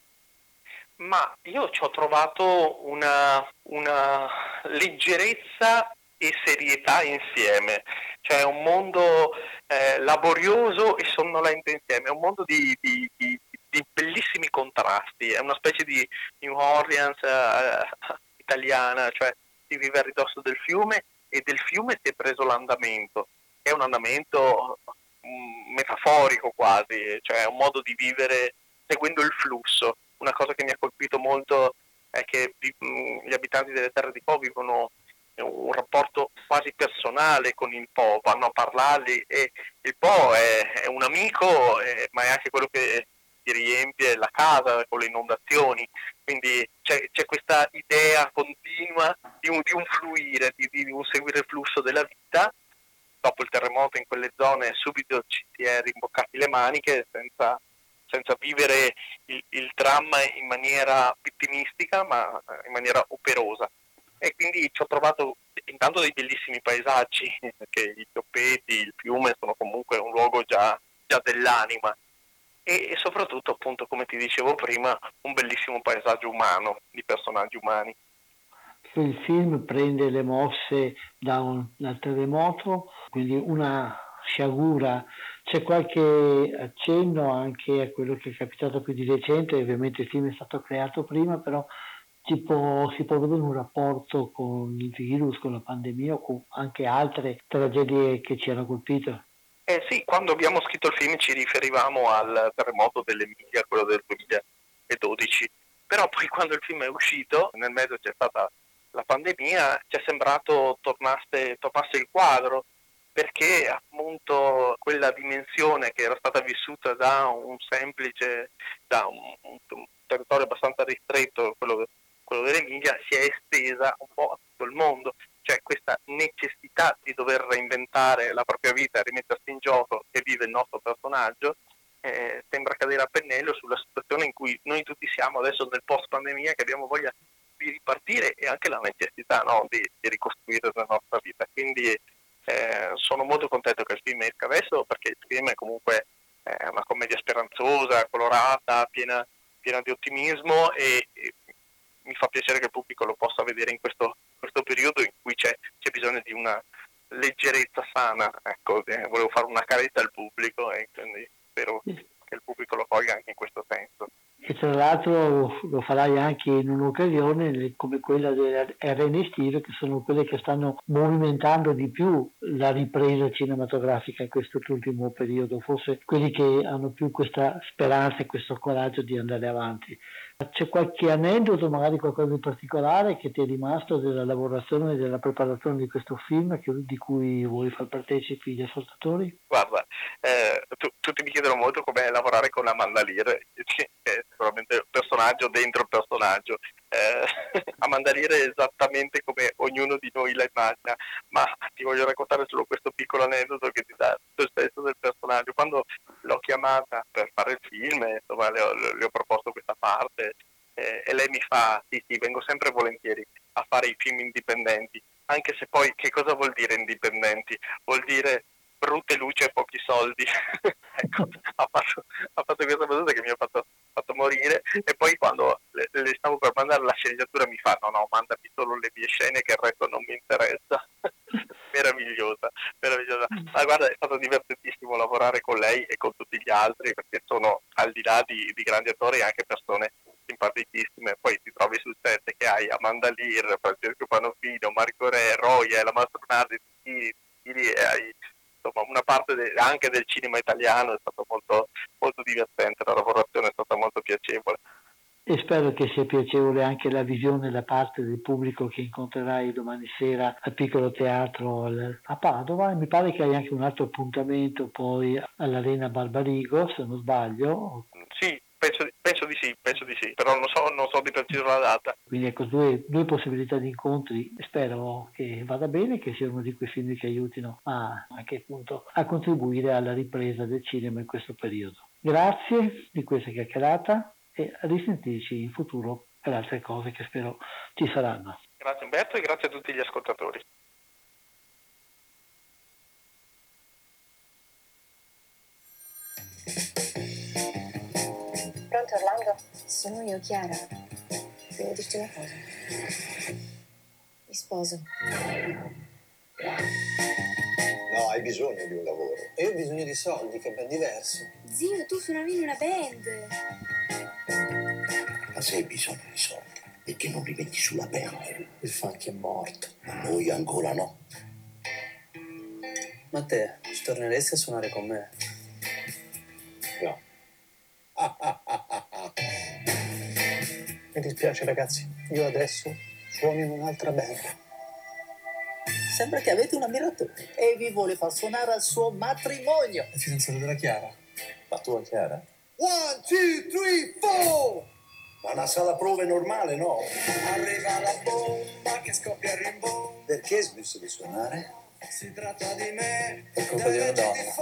Ma io ci ho trovato una, una leggerezza e serietà insieme, cioè un mondo eh, laborioso e sonnolento insieme, è un mondo di, di, di, di bellissimi contrasti, è una specie di New Orleans eh, italiana, cioè si vive a ridosso del fiume e del fiume si è preso l'andamento, è un andamento mh, metaforico quasi, cioè un modo di vivere seguendo il flusso. Una cosa che mi ha colpito molto è che gli abitanti delle terre di Po vivono un rapporto quasi personale con il Po, vanno a parlargli e il Po è, è un amico, eh, ma è anche quello che ti riempie la casa con le inondazioni, quindi c'è, c'è questa idea continua di un, di un fluire, di, di un seguire il flusso della vita. Dopo il terremoto in quelle zone subito ci si è rimboccati le maniche senza senza vivere il, il dramma in maniera vittimistica, ma in maniera operosa. E quindi ci ho trovato intanto dei bellissimi paesaggi, perché i Tioppeti, il fiume sono comunque un luogo già, già dell'anima, e, e soprattutto, appunto, come ti dicevo prima, un bellissimo paesaggio umano, di personaggi umani. Il film prende le mosse da un, dal terremoto, quindi una sciagura. C'è qualche accenno anche a quello che è capitato più di recente, ovviamente il film è stato creato prima, però si può, si può vedere un rapporto con il virus, con la pandemia o con anche altre tragedie che ci hanno colpito. Eh sì, quando abbiamo scritto il film ci riferivamo al terremoto dell'Emilia, quello del duemiladodici, però poi quando il film è uscito, nel mezzo c'è stata la pandemia, ci è sembrato tornasse, tornasse il quadro, perché appunto quella dimensione che era stata vissuta da un semplice, da un, un territorio abbastanza ristretto, quello, quello dell'Emilia, si è estesa un po' a tutto il mondo. Cioè questa necessità di dover reinventare la propria vita, rimettersi in gioco che vive il nostro personaggio, eh, sembra cadere a pennello sulla situazione in cui noi tutti siamo adesso nel post pandemia, che abbiamo voglia di ripartire e anche la necessità, no, di, di ricostruire la nostra vita. Quindi eh, sono molto contento che il film esca adesso, perché il film è comunque eh, una commedia speranzosa, colorata, piena, piena di ottimismo e, e mi fa piacere che il pubblico lo possa vedere in questo, questo periodo in cui c'è, c'è bisogno di una, leggerezza sana, ecco, eh, volevo fare una carezza al pubblico e quindi spero che il pubblico lo colga anche in questo senso. E tra l'altro lo farai anche in un'occasione come quella delle arene estive, che sono quelle che stanno movimentando di più la ripresa cinematografica in questo ultimo periodo, forse quelli che hanno più questa speranza e questo coraggio di andare avanti. C'è qualche aneddoto, magari qualcosa di particolare che ti è rimasto della lavorazione e della preparazione di questo film che, di cui vuoi far partecipi gli ascoltatori? Guarda, eh, tu, tutti mi chiedono molto com'è lavorare con Amanda Lear, che è sicuramente un personaggio dentro il personaggio. Eh, Amanda Lear è esattamente come ognuno di noi la immagina, ma ti voglio raccontare solo questo piccolo aneddoto che ti dà tutto il senso del personaggio. Quando l'ho chiamata per fare il film, insomma, le ho, le ho proposto questa parte eh, e lei mi fa, sì sì, vengo sempre volentieri a fare i film indipendenti, anche se poi che cosa vuol dire indipendenti? Vuol dire brutte luci e pochi soldi. Ecco, ha fatto, ha fatto questa battuta che mi ha fatto, fatto morire, e poi quando le, le stavo per mandare la sceneggiatura mi fa no no, mandami solo le mie scene che il resto non mi interessa. meravigliosa, meravigliosa. Ma guarda, è stato divertentissimo lavorare con lei e con tutti gli altri, perché sono, al di là di, di grandi attori, anche persone simpaticissime. Poi ti trovi sul set che hai Amanda Lear, Francesco Panofino, Marco Re, Roia, la Mastronardi, tutti, tutti, e hai insomma una parte de, anche del cinema italiano. È stato molto, molto divertente, la lavorazione è stata molto piacevole. E spero che sia piacevole anche la visione da parte del pubblico che incontrerai domani sera al Piccolo Teatro a Padova, e mi pare che hai anche un altro appuntamento poi all'Arena Barbarigo, se non sbaglio. Sì, penso, penso di sì, penso di sì, però non so, non so di preciso la data. Quindi ecco, due, due possibilità di incontri. Spero che vada bene, che sia uno di quei film che aiutino a, anche appunto a contribuire alla ripresa del cinema in questo periodo. Grazie di questa chiacchierata e a risentirci in futuro per altre cose che spero ci saranno. Grazie Umberto e grazie a tutti gli ascoltatori. Pronto Orlando? Sono io, Chiara. Devo dirti una cosa. Mi sposo. No, hai bisogno di un lavoro. E io ho bisogno di soldi, che è ben diverso. Zio, tu suonavi in una band. Ma se hai bisogno di soldi, perché non li metti sulla pelle? Il funk è morto. Ma noi ancora no. Ma te, ci torneresti a suonare con me? No. Mi dispiace ragazzi, io adesso suono in un'altra band. Sembra che avete un ammiratore e vi vuole far suonare al suo matrimonio. È fidanzato della Chiara. La tua Chiara? One, two, three, four! Ma una sala prove normale, no? Arriva la bomba che scoppia il rimbombo. Perché hai smesso di suonare? Si tratta di me. È colpa di una donna.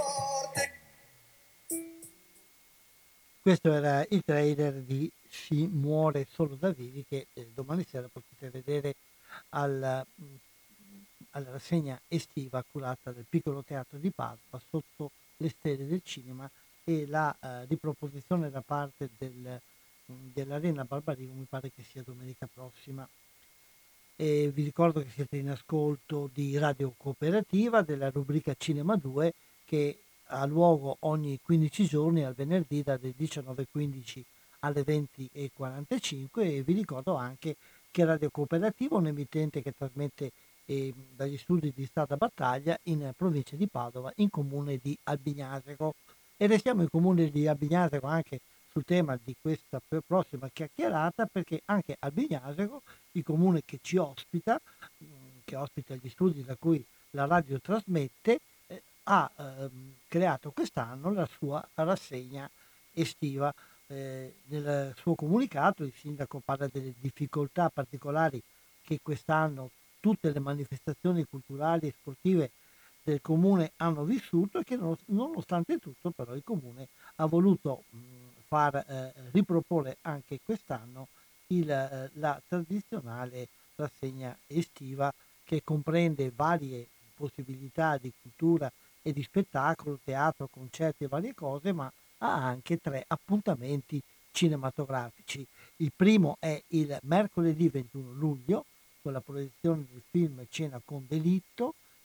Questo era il trailer di Si muore solo da vivi, che eh, domani sera potete vedere al, mh, alla rassegna estiva curata del Piccolo Teatro di Padova sotto le stelle del cinema, e la eh, riproposizione da parte del, mh, dell'Arena Barbarigo mi pare che sia domenica prossima. E vi ricordo che siete in ascolto di Radio Cooperativa della rubrica Cinema due, che ha luogo ogni quindici giorni al venerdì dalle diciannove e quindici alle venti e quarantacinque, e vi ricordo anche che Radio Cooperativa è un emittente che trasmette eh, dagli studi di Strada Battaglia in provincia di Padova, in comune di Albignasego, e restiamo in comune di Albignasego anche sul tema di questa prossima chiacchierata, perché anche Albignasego, il comune che ci ospita, che ospita gli studi da cui la radio trasmette, eh, ha ehm, creato quest'anno la sua rassegna estiva. Eh, nel suo comunicato il sindaco parla delle difficoltà particolari che quest'anno tutte le manifestazioni culturali e sportive del comune hanno vissuto, e che nonostante tutto però il comune ha voluto mh, far eh, riproporre anche quest'anno il, eh, la tradizionale rassegna estiva, che comprende varie possibilità di cultura e di spettacolo, teatro, concerti e varie cose, ma ha anche tre appuntamenti cinematografici. Il primo è il mercoledì ventuno luglio, con la proiezione del film Cena con delitto,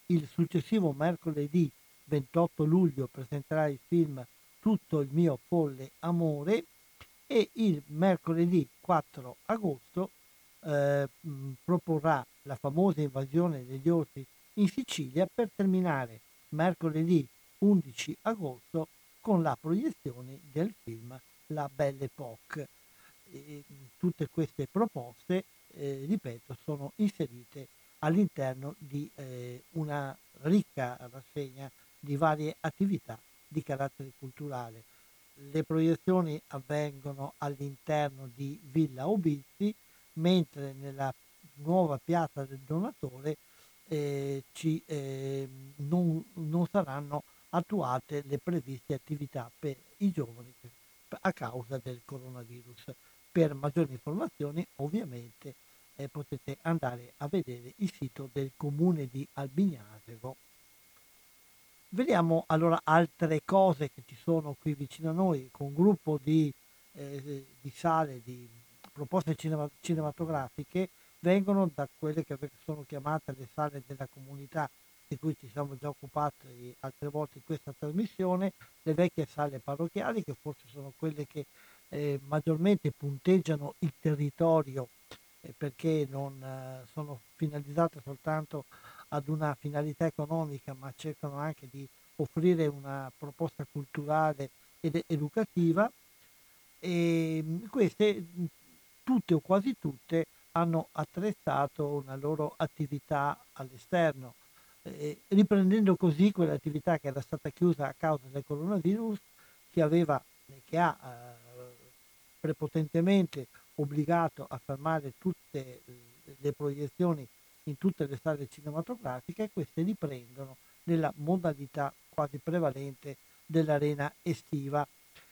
Il successivo mercoledì ventotto luglio presenterà il film Tutto il mio folle amore e il mercoledì quattro agosto eh, mh, proporrà La famosa invasione degli orsi in Sicilia, per terminare mercoledì undici agosto con la proiezione del film La Belle Époque. E, tutte queste proposte, eh, ripeto, sono inserite all'interno di eh, una ricca rassegna di varie attività di carattere culturale. Le proiezioni avvengono all'interno di Villa Ubizzi, mentre nella nuova piazza del Donatore eh, ci, eh, non, non saranno attuate le previste attività per i giovani a causa del coronavirus. Per maggiori informazioni ovviamente eh, potete andare a vedere il sito del comune di Albignasego. Vediamo allora altre cose che ci sono qui vicino a noi, con un gruppo di, eh, di sale, di proposte cinema, cinematografiche, vengono da quelle che sono chiamate le sale della comunità, di cui ci siamo già occupati altre volte in questa trasmissione, le vecchie sale parrocchiali, che forse sono quelle che eh, maggiormente punteggiano il territorio, eh, perché non eh, sono finalizzate soltanto ad una finalità economica, ma cercano anche di offrire una proposta culturale ed educativa. E queste, tutte o quasi tutte, hanno attrezzato una loro attività all'esterno, eh, riprendendo così quell'attività che era stata chiusa a causa del coronavirus, che aveva, che ha eh, prepotentemente obbligato a fermare tutte le proiezioni in tutte le sale cinematografiche. Queste riprendono nella modalità quasi prevalente dell'arena estiva.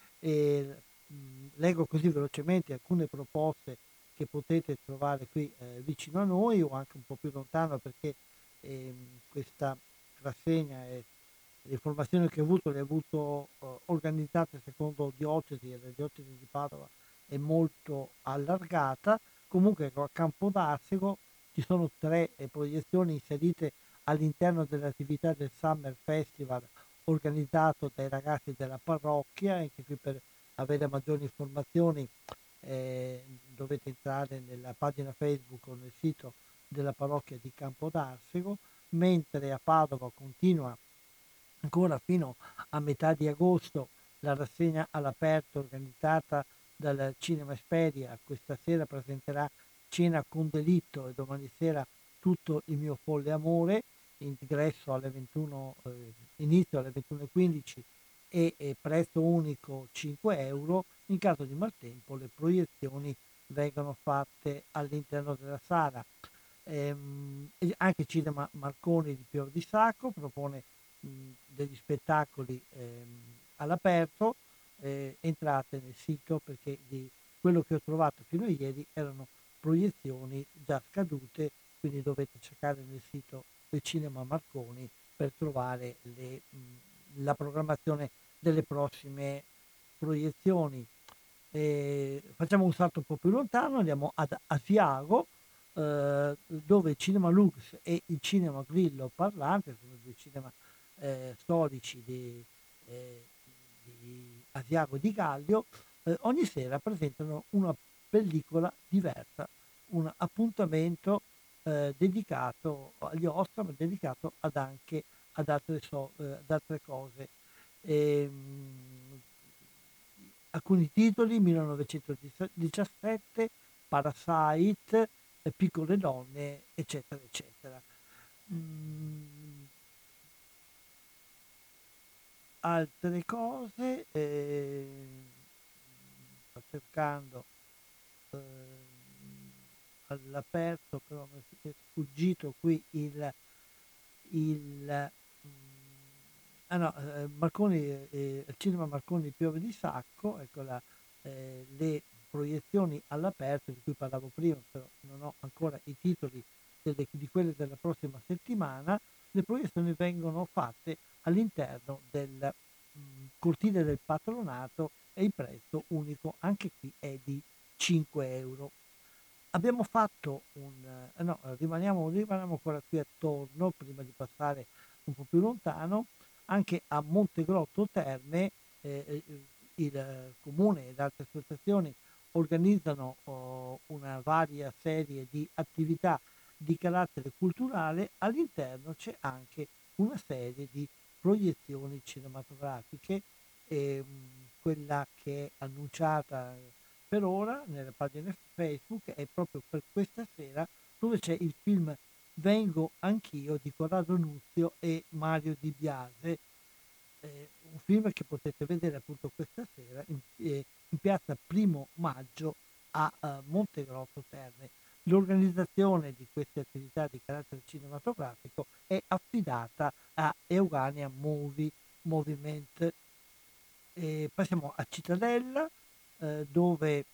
E, mh, leggo così velocemente alcune proposte che potete trovare qui eh, vicino a noi o anche un po' più lontano, perché eh, questa rassegna e le informazioni che ho avuto le ho avuto eh, organizzate secondo diocesi, e la diocesi di Padova è molto allargata. Comunque a Campodarsego ci sono tre eh, proiezioni inserite all'interno dell'attività del Summer Festival organizzato dai ragazzi della parrocchia. Anche qui, per avere maggiori informazioni, eh, dovete entrare nella pagina Facebook o nel sito della parrocchia di Campodarsego, mentre a Padova continua ancora fino a metà di agosto la rassegna all'aperto organizzata dal Cinema Esperia. Questa sera presenterà Cena con delitto e domani sera Tutto il mio folle amore, ingresso alle ventuno, eh, inizio alle ventuno e quindici e, e prezzo unico cinque euro. In caso di maltempo le proiezioni vengono fatte all'interno della sala. Ehm, anche Cinema Marconi di Pieve di Sacco propone mh, degli spettacoli ehm, all'aperto. Eh, entrate nel sito, perché di quello che ho trovato fino a ieri erano proiezioni già scadute, quindi dovete cercare nel sito del Cinema Marconi per trovare le, mh, la programmazione delle prossime proiezioni. Eh, facciamo un salto un po' più lontano, andiamo ad Asiago, eh, dove il Cinema Lux e il Cinema Grillo Parlante, sono due cinema eh, storici di, eh, di Asiago di Gallio, eh, ogni sera presentano una pellicola diversa, un appuntamento eh, dedicato agli Oscar, ma dedicato ad anche ad altre, so, eh, ad altre cose. E, mh, alcuni titoli: millenovecentodiciassette, Parasite, eh, Piccole donne, eccetera, eccetera. Mm, altre cose, eh, sto cercando eh, all'aperto, però mi è sfuggito qui il, il ah no, eh, Marconi, eh, il Cinema Marconi Piove di Sacco, ecco la, eh, le proiezioni all'aperto di cui parlavo prima, però non ho ancora i titoli delle, di quelle della prossima settimana. Le proiezioni vengono fatte all'interno del mh, cortile del patronato e il prezzo unico anche qui è di cinque euro. abbiamo fatto un... eh, no, rimaniamo, rimaniamo ancora qui attorno, prima di passare un po' più lontano, anche a Montegrotto Terme, eh, eh, il Comune ed altre associazioni organizzano oh, una varia serie di attività di carattere culturale. All'interno c'è anche una serie di proiezioni cinematografiche, e, mh, quella che è annunciata per ora nelle pagine Facebook è proprio per questa sera, dove c'è il film Vengo anch'io di Corrado Nunzio e Mario Di Biase, eh, un film che potete vedere appunto questa sera in, eh, in piazza Primo Maggio a uh, Montegrotto Terme. L'organizzazione di queste attività di carattere cinematografico è affidata a Eugania Movie Movement. E passiamo a Cittadella, eh, dove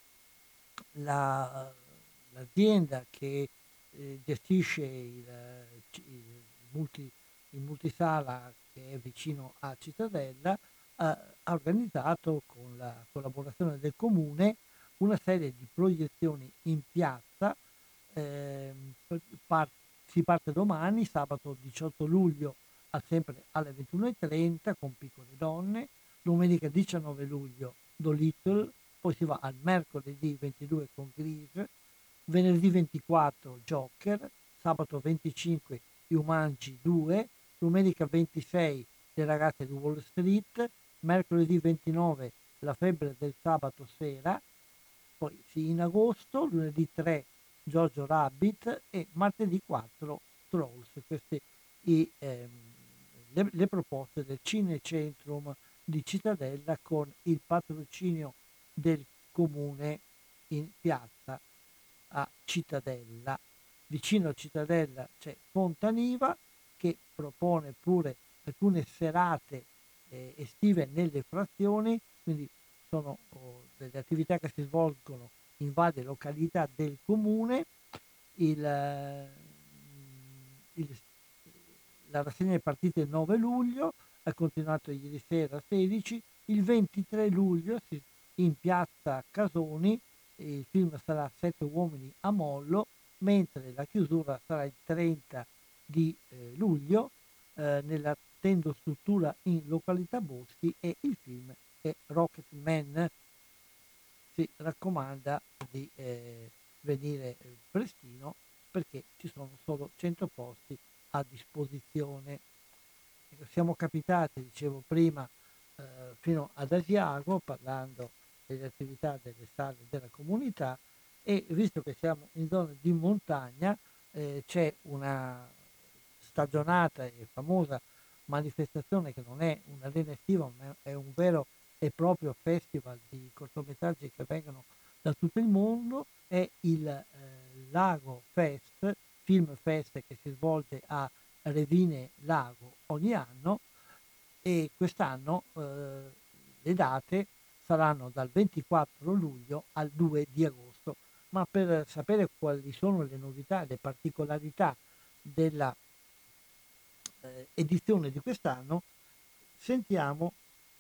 la, l'azienda che eh, gestisce il, il, multi, il multisala che è vicino a Cittadella eh, ha organizzato, con la collaborazione del comune, una serie di proiezioni in piazza. Eh, par- si parte domani, sabato diciotto luglio, a sempre alle ventuno e trenta con Piccole Donne, domenica diciannove luglio Dolittle, poi si va al mercoledì ventidue con Grease, venerdì ventiquattro Joker, sabato venticinque Jumanji due, domenica ventisei Le ragazze di Wall Street, mercoledì ventinove La febbre del sabato sera, poi sì, in agosto, lunedì tre Jojo Rabbit e martedì quattro Trolls. Queste i, ehm, le, le proposte del Cinecentrum di Cittadella, con il patrocinio del comune in piazza a Cittadella. Vicino a Cittadella c'è Fontaniva, che propone pure alcune serate eh, estive nelle frazioni, quindi sono oh, delle attività che si svolgono in varie località del comune. Il, il, la rassegna è partita il nove luglio, è continuato ieri sera sedici, il ventitré luglio in piazza Casoni il film sarà Sette uomini a mollo, mentre la chiusura sarà il trenta di eh, luglio eh, nella tendostruttura in località Boschi, e il film è Rocket Man. Si raccomanda di eh, venire prestino, perché ci sono solo cento posti a disposizione. Siamo capitati, dicevo prima, eh, fino ad Asiago, parlando delle attività delle sale della comunità, e visto che siamo in zona di montagna, eh, c'è una stagionata e famosa manifestazione che non è un'arena estiva, ma è un vero e proprio festival di cortometraggi che vengono da tutto il mondo. È il eh, Lago Fest, Film Fest, che si svolge a Revine Lago ogni anno, e quest'anno eh, le date saranno dal ventiquattro luglio al due di agosto. Ma per sapere quali sono le novità e le particolarità della eh, edizione di quest'anno, sentiamo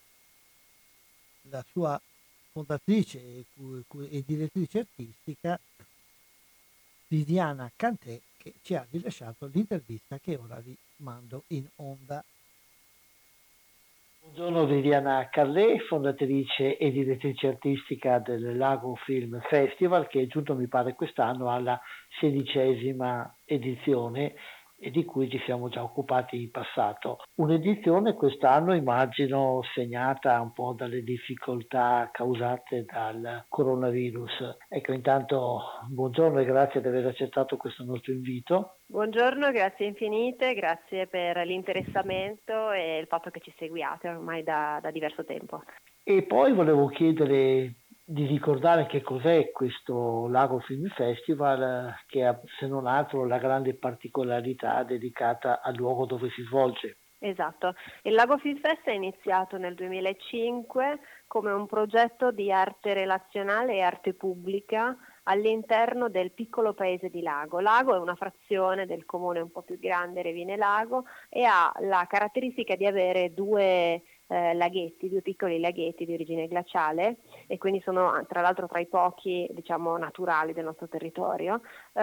la sua fondatrice e, e direttrice artistica Viviana Cantè, che ci ha rilasciato l'intervista che ora vi mando in onda. Buongiorno, Viviana Carlè, fondatrice e direttrice artistica del Lago Film Festival, che è giunto, mi pare, quest'anno alla sedicesima edizione, e di cui ci siamo già occupati in passato. Un'edizione quest'anno, immagino, segnata un po' dalle difficoltà causate dal coronavirus. Ecco, intanto buongiorno e grazie di aver accettato questo nostro invito. Buongiorno, grazie infinite, grazie per l'interessamento e il fatto che ci seguiate ormai da, da diverso tempo. E poi volevo chiedere di ricordare che cos'è questo Lago Film Festival, che ha, se non altro, la grande particolarità dedicata al luogo dove si svolge. Esatto, il Lago Film Fest è iniziato nel duemilacinque come un progetto di arte relazionale e arte pubblica all'interno del piccolo paese di Lago. Lago è una frazione del comune un po' più grande, Revine Lago, e ha la caratteristica di avere due eh, laghetti, due piccoli laghetti di origine glaciale, e quindi sono tra l'altro tra i pochi, diciamo, naturali del nostro territorio.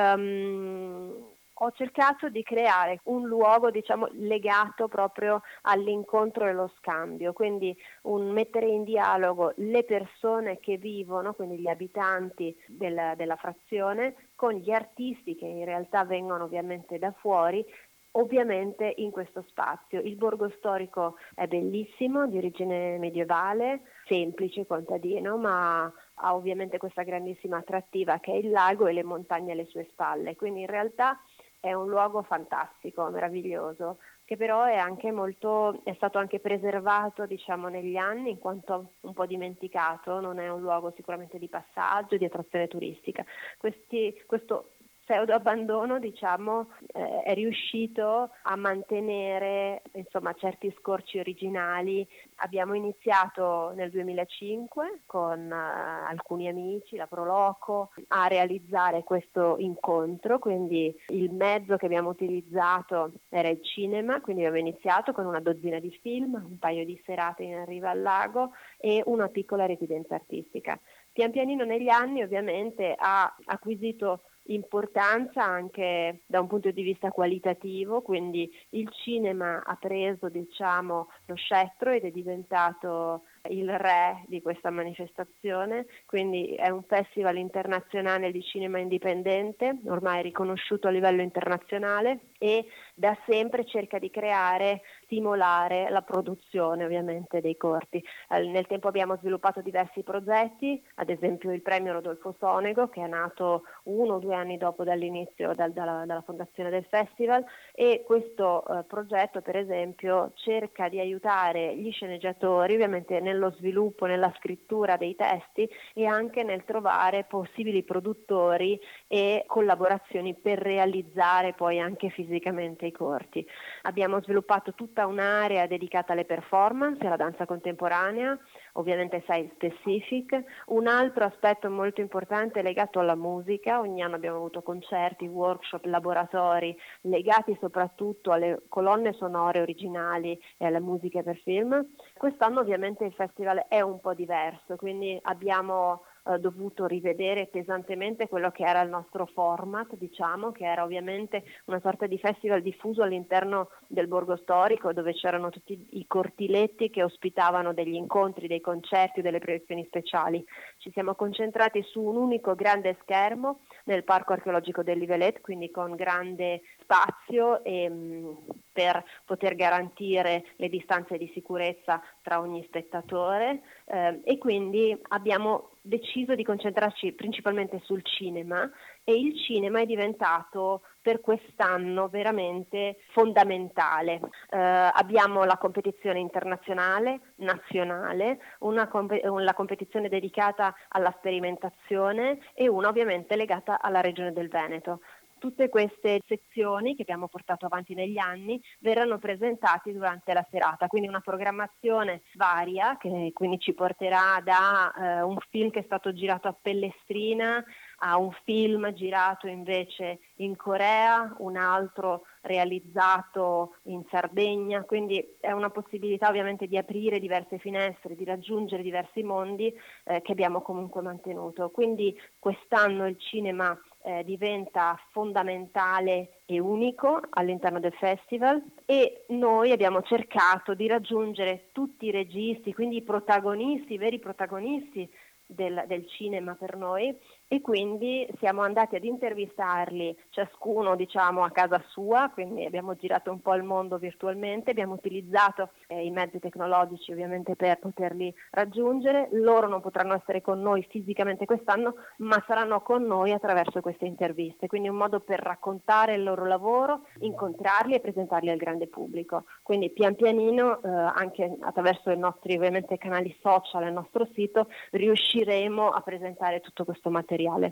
Um, ho cercato di creare un luogo, diciamo, legato proprio all'incontro e allo scambio, quindi un mettere in dialogo le persone che vivono, quindi gli abitanti del, della frazione, con gli artisti che in realtà vengono ovviamente da fuori, ovviamente in questo spazio. Il borgo storico è bellissimo, di origine medievale, semplice, contadino, ma ha ovviamente questa grandissima attrattiva che è il lago e le montagne alle sue spalle, quindi in realtà è un luogo fantastico, meraviglioso, che però è anche molto, è stato anche preservato, diciamo, negli anni, in quanto un po' dimenticato, non è un luogo sicuramente di passaggio, di attrazione turistica. Questi, questo pseudo abbandono, diciamo, eh, è riuscito a mantenere, insomma, certi scorci originali. Abbiamo iniziato nel duemilacinque con uh, alcuni amici, la Proloco, a realizzare questo incontro, quindi il mezzo che abbiamo utilizzato era il cinema, quindi abbiamo iniziato con una dozzina di film, un paio di serate in riva al lago e una piccola residenza artistica. Pian pianino negli anni ovviamente ha acquisito importanza anche da un punto di vista qualitativo, quindi il cinema ha preso, diciamo, lo scettro ed è diventato il re di questa manifestazione, quindi è un festival internazionale di cinema indipendente, ormai riconosciuto a livello internazionale, e da sempre cerca di creare, stimolare la produzione ovviamente dei corti. Nel tempo abbiamo sviluppato diversi progetti, ad esempio il premio Rodolfo Sonego, che è nato uno o due anni dopo dall'inizio, dal, dalla, dalla fondazione del festival, e questo eh, progetto per esempio cerca di aiutare gli sceneggiatori ovviamente nello sviluppo, nella scrittura dei testi e anche nel trovare possibili produttori e collaborazioni per realizzare poi anche fisicamente i corti. Abbiamo sviluppato tutta un'area dedicata alle performance e alla danza contemporanea, ovviamente site specific. Un altro aspetto molto importante è legato alla musica. Ogni anno abbiamo avuto concerti, workshop, laboratori legati soprattutto alle colonne sonore originali e alle musiche per film. Quest'anno ovviamente il festival è un po' diverso, quindi abbiamo eh, dovuto rivedere pesantemente quello che era il nostro format, diciamo, che era ovviamente una sorta di festival diffuso all'interno del borgo storico, dove c'erano tutti i cortiletti che ospitavano degli incontri, dei concerti o delle proiezioni speciali. Ci siamo concentrati su un unico grande schermo nel Parco Archeologico del Livelet, quindi con grande spazio e, mh, per poter garantire le distanze di sicurezza tra ogni spettatore, eh, e quindi abbiamo deciso di concentrarci principalmente sul cinema, e il cinema è diventato per quest'anno veramente fondamentale. Eh, abbiamo la competizione internazionale, nazionale, una comp- la competizione dedicata alla sperimentazione e una ovviamente legata alla regione del Veneto. Tutte queste sezioni che abbiamo portato avanti negli anni verranno presentate durante la serata, quindi una programmazione varia che quindi ci porterà da eh, un film che è stato girato a Pellestrina a un film girato invece in Corea, un altro realizzato in Sardegna, quindi è una possibilità ovviamente di aprire diverse finestre, di raggiungere diversi mondi eh, che abbiamo comunque mantenuto. Quindi quest'anno il cinema eh, diventa fondamentale e unico all'interno del festival, e noi abbiamo cercato di raggiungere tutti i registi, quindi i protagonisti, i veri protagonisti del, del cinema per noi, e quindi siamo andati ad intervistarli ciascuno, diciamo, a casa sua, quindi abbiamo girato un po' il mondo virtualmente, abbiamo utilizzato eh, i mezzi tecnologici ovviamente per poterli raggiungere. Loro non potranno essere con noi fisicamente quest'anno, ma saranno con noi attraverso queste interviste, quindi un modo per raccontare il loro lavoro, incontrarli e presentarli al grande pubblico. Quindi pian pianino, eh, anche attraverso i nostri ovviamente canali social e il nostro sito, riusciremo a presentare tutto questo materiale.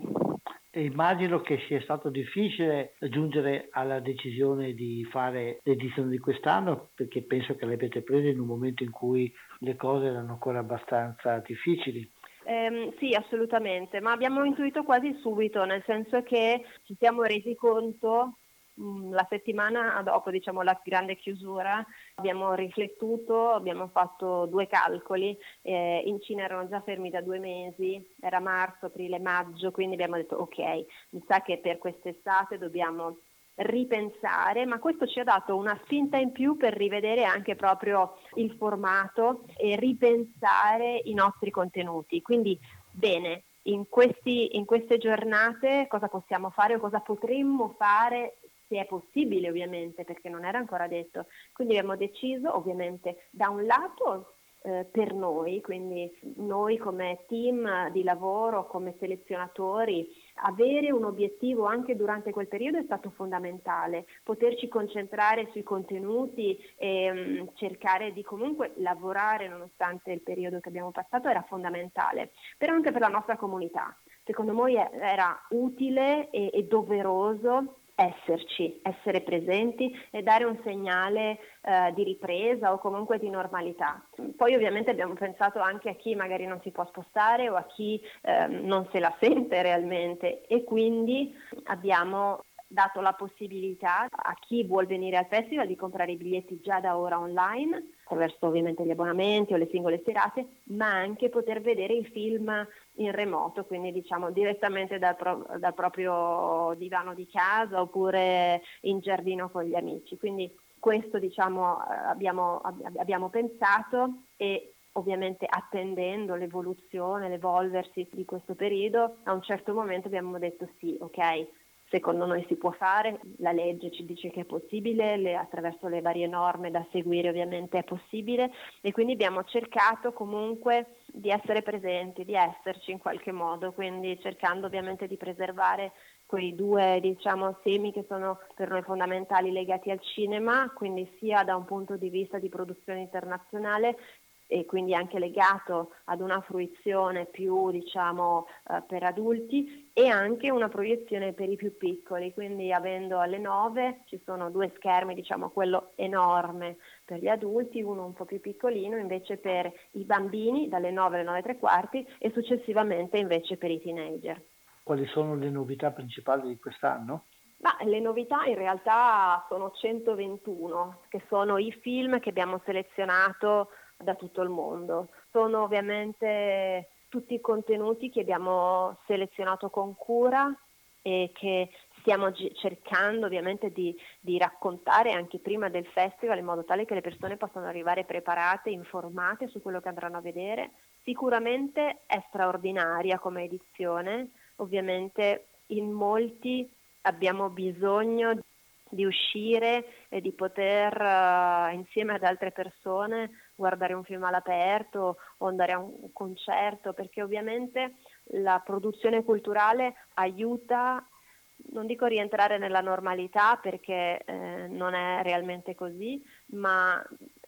E immagino che sia stato difficile giungere alla decisione di fare l'edizione di quest'anno, perché penso che l'abbiate presa in un momento in cui le cose erano ancora abbastanza difficili. Eh, sì, assolutamente, ma abbiamo intuito quasi subito, nel senso che ci siamo resi conto La settimana dopo, diciamo, la grande chiusura, abbiamo riflettuto, abbiamo fatto due calcoli, eh, in Cina erano già fermi da due mesi, era marzo, aprile, maggio, quindi abbiamo detto ok, mi sa che per quest'estate dobbiamo ripensare, ma questo ci ha dato una spinta in più per rivedere anche proprio il formato e ripensare i nostri contenuti. Quindi bene, in, questi, in queste giornate cosa possiamo fare o cosa potremmo fare, se è possibile ovviamente, perché non era ancora detto. Quindi abbiamo deciso ovviamente da un lato eh, per noi, quindi noi come team di lavoro, come selezionatori, avere un obiettivo anche durante quel periodo è stato fondamentale, poterci concentrare sui contenuti e um, cercare di comunque lavorare nonostante il periodo che abbiamo passato era fondamentale, però anche per la nostra comunità. Secondo noi era utile e, e doveroso esserci, essere presenti e dare un segnale eh, di ripresa o comunque di normalità. Poi ovviamente abbiamo pensato anche a chi magari non si può spostare o a chi eh, non se la sente realmente e quindi abbiamo dato la possibilità a chi vuol venire al festival di comprare i biglietti già da ora online, attraverso ovviamente gli abbonamenti o le singole serate, ma anche poter vedere il film in remoto, quindi diciamo direttamente dal, pro- dal proprio divano di casa oppure in giardino con gli amici. Quindi questo diciamo abbiamo, abbiamo pensato e ovviamente attendendo l'evoluzione, l'evolversi di questo periodo, a un certo momento abbiamo detto sì, ok, secondo noi si può fare, la legge ci dice che è possibile, le, attraverso le varie norme da seguire ovviamente è possibile e quindi abbiamo cercato comunque di essere presenti, di esserci in qualche modo, quindi cercando ovviamente di preservare quei due diciamo temi che sono per noi fondamentali legati al cinema, quindi sia da un punto di vista di produzione internazionale e quindi anche legato ad una fruizione più diciamo eh, per adulti e anche una proiezione per i più piccoli, quindi avendo alle nove ci sono due schermi, diciamo quello enorme per gli adulti, uno un po' più piccolino invece per i bambini dalle nove alle nove e tre quarti e successivamente invece per i teenager. Quali sono le novità principali di quest'anno? Ma le novità in realtà sono centoventuno, che sono i film che abbiamo selezionato da tutto il mondo. Sono ovviamente tutti i contenuti che abbiamo selezionato con cura e che stiamo g- cercando ovviamente di, di raccontare anche prima del festival in modo tale che le persone possano arrivare preparate, informate su quello che andranno a vedere. Sicuramente è straordinaria come edizione, ovviamente in molti abbiamo bisogno di uscire e di poter uh, insieme ad altre persone guardare un film all'aperto o andare a un concerto, perché ovviamente la produzione culturale aiuta, non dico rientrare nella normalità perché eh, non è realmente così, ma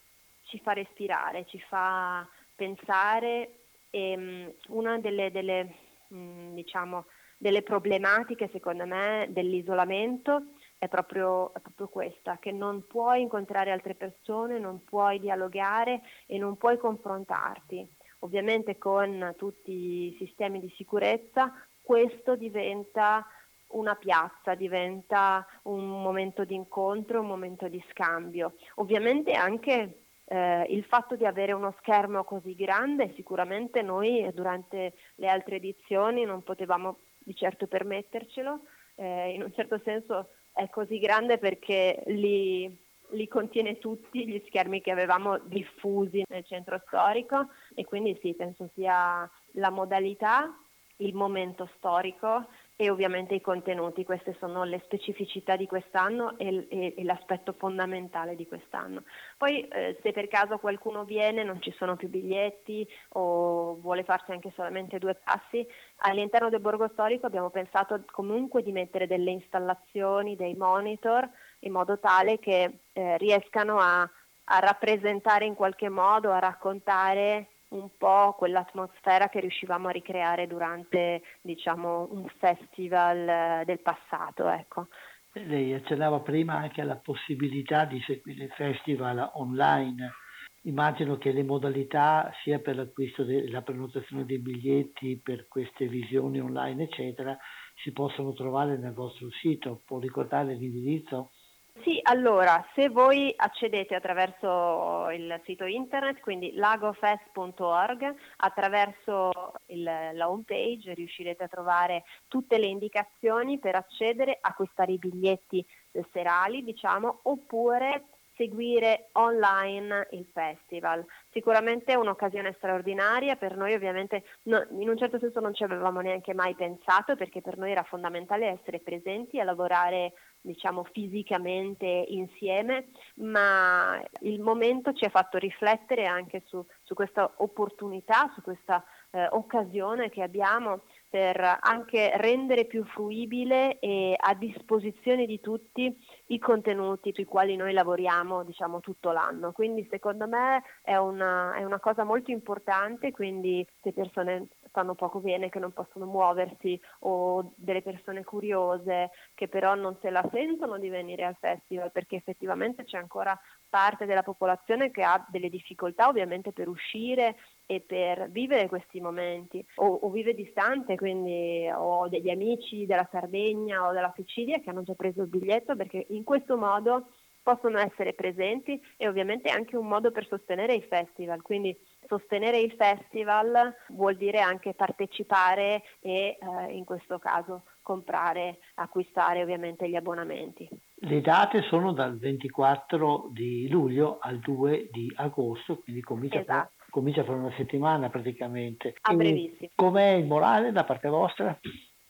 ci fa respirare, ci fa pensare e um, una delle, delle mh, diciamo delle problematiche secondo me dell'isolamento è proprio, è proprio questa, che non puoi incontrare altre persone, non puoi dialogare e non puoi confrontarti. Ovviamente con tutti i sistemi di sicurezza questo diventa una piazza, diventa un momento di incontro, un momento di scambio. Ovviamente anche eh, il fatto di avere uno schermo così grande, sicuramente noi durante le altre edizioni non potevamo di certo permettercelo, eh, in un certo senso è così grande perché li, li contiene tutti gli schermi che avevamo diffusi nel centro storico e quindi sì, penso sia la modalità, il momento storico e ovviamente i contenuti. Queste sono le specificità di quest'anno e, e, e l'aspetto fondamentale di quest'anno. Poi eh, se per caso qualcuno viene, non ci sono più biglietti o vuole farsi anche solamente due passi, all'interno del borgo storico abbiamo pensato comunque di mettere delle installazioni, dei monitor, in modo tale che eh, riescano a, a rappresentare in qualche modo, a raccontare un po' quell'atmosfera che riuscivamo a ricreare durante, diciamo, un festival del passato, ecco. Lei accennava prima anche alla possibilità di seguire il festival online. Immagino che le modalità sia per l'acquisto della prenotazione dei biglietti per queste visioni online eccetera si possono trovare nel vostro sito. Può ricordare l'indirizzo? Sì, allora, se voi accedete attraverso il sito internet, quindi lagofest punto org, attraverso il, la home page riuscirete a trovare tutte le indicazioni per accedere, acquistare i biglietti serali, diciamo, oppure seguire online il festival. Sicuramente è un'occasione straordinaria, per noi ovviamente no, in un certo senso non ci avevamo neanche mai pensato, perché per noi era fondamentale essere presenti e lavorare, diciamo, fisicamente insieme, ma il momento ci ha fatto riflettere anche su, su questa opportunità, su questa eh, occasione che abbiamo per anche rendere più fruibile e a disposizione di tutti i contenuti sui quali noi lavoriamo, diciamo, tutto l'anno. Quindi secondo me è una, è una cosa molto importante, quindi se persone stanno poco bene, che non possono muoversi, o delle persone curiose che però non se la sentono di venire al festival, perché effettivamente c'è ancora parte della popolazione che ha delle difficoltà ovviamente per uscire e per vivere questi momenti, o, o vive distante, quindi ho degli amici della Sardegna o della Sicilia che hanno già preso il biglietto, perché in questo modo possono essere presenti, e ovviamente anche un modo per sostenere il festival. Quindi sostenere il festival vuol dire anche partecipare e eh, in questo caso comprare, acquistare ovviamente gli abbonamenti. Le date sono dal ventiquattro di luglio al due di agosto, quindi comincia, esatto. fra, comincia fra una settimana praticamente. A E brevissimo. com'è il morale da parte vostra?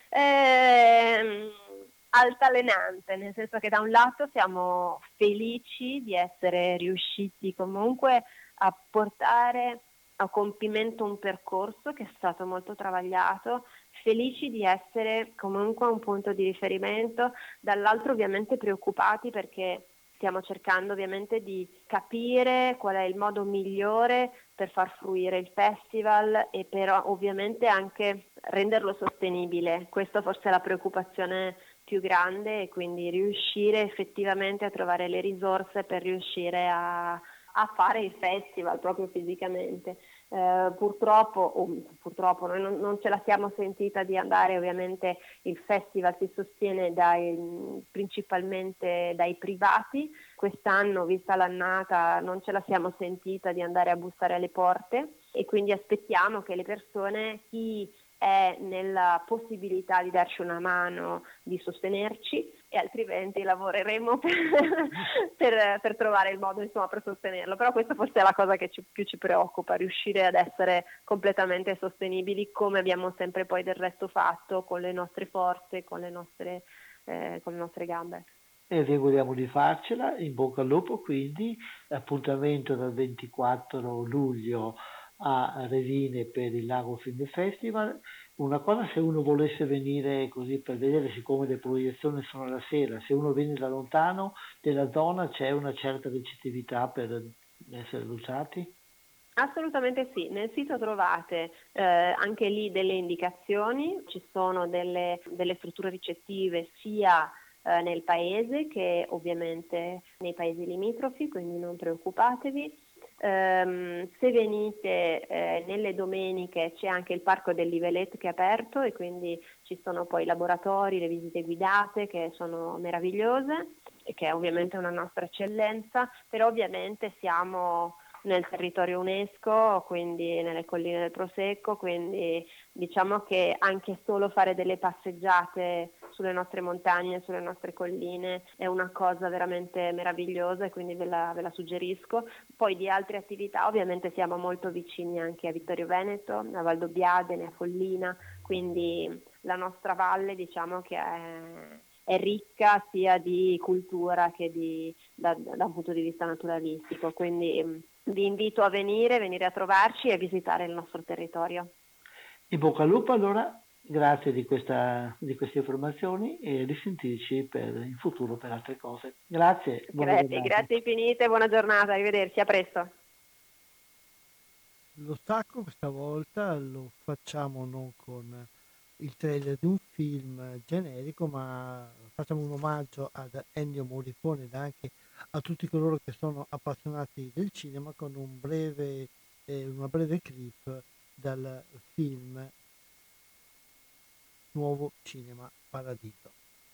Ehm, altalenante, nel senso che da un lato siamo felici di essere riusciti comunque a portare a compimento un percorso che è stato molto travagliato, felici di essere comunque un punto di riferimento, dall'altro ovviamente preoccupati perché stiamo cercando ovviamente di capire qual è il modo migliore per far fruire il festival e però ovviamente anche renderlo sostenibile. Questa forse è la preoccupazione più grande, e quindi riuscire effettivamente a trovare le risorse per riuscire a, a fare il festival proprio fisicamente. Eh, purtroppo, oh, purtroppo noi non, non ce la siamo sentita di andare, ovviamente il festival si sostiene dai, principalmente dai privati. Quest'anno, vista l'annata, non ce la siamo sentita di andare a bussare alle porte, e quindi aspettiamo che le persone, chi è nella possibilità di darci una mano, di sostenerci, e altrimenti lavoreremo per, per, per trovare il modo, insomma, per sostenerlo. Però questa forse è la cosa che ci, più ci preoccupa, riuscire ad essere completamente sostenibili, come abbiamo sempre poi del resto fatto, con le nostre forze, con le nostre, eh, con le nostre gambe. E vi auguriamo di farcela, in bocca al lupo. Quindi appuntamento dal ventiquattro luglio a Revine per il Lago Film Festival. Una cosa, se uno volesse venire così per vedere, siccome le proiezioni sono la sera, se uno viene da lontano della zona, c'è una certa ricettività per essere bruciati? Assolutamente sì, nel sito trovate eh, anche lì delle indicazioni, ci sono delle, delle strutture ricettive sia eh, nel paese che ovviamente nei paesi limitrofi, quindi non preoccupatevi. Um, se venite eh, nelle domeniche c'è anche il parco del Livelet che è aperto, e quindi ci sono poi i laboratori, le visite guidate che sono meravigliose e che è ovviamente una nostra eccellenza, però ovviamente siamo nel territorio UNESCO, quindi nelle colline del Prosecco, quindi diciamo che anche solo fare delle passeggiate sulle nostre montagne, sulle nostre colline è una cosa veramente meravigliosa, e quindi ve la, ve la suggerisco. Poi di altre attività ovviamente siamo molto vicini anche a Vittorio Veneto, a Valdobbiadene, a Follina, quindi la nostra valle diciamo che è, è ricca sia di cultura che di, da, da un punto di vista naturalistico, quindi vi invito a venire, venire a trovarci e visitare il nostro territorio. In bocca al lupo allora, grazie di, questa, di queste informazioni, e risentirci per, in futuro per altre cose. Grazie. Grazie, grazie infinite, buona giornata, arrivederci, a presto. Lo stacco questa volta lo facciamo non con il trailer di un film generico, ma facciamo un omaggio ad Ennio Morricone ed anche a tutti coloro che sono appassionati del cinema, con un breve, eh, una breve clip dal film Nuovo Cinema Paradiso.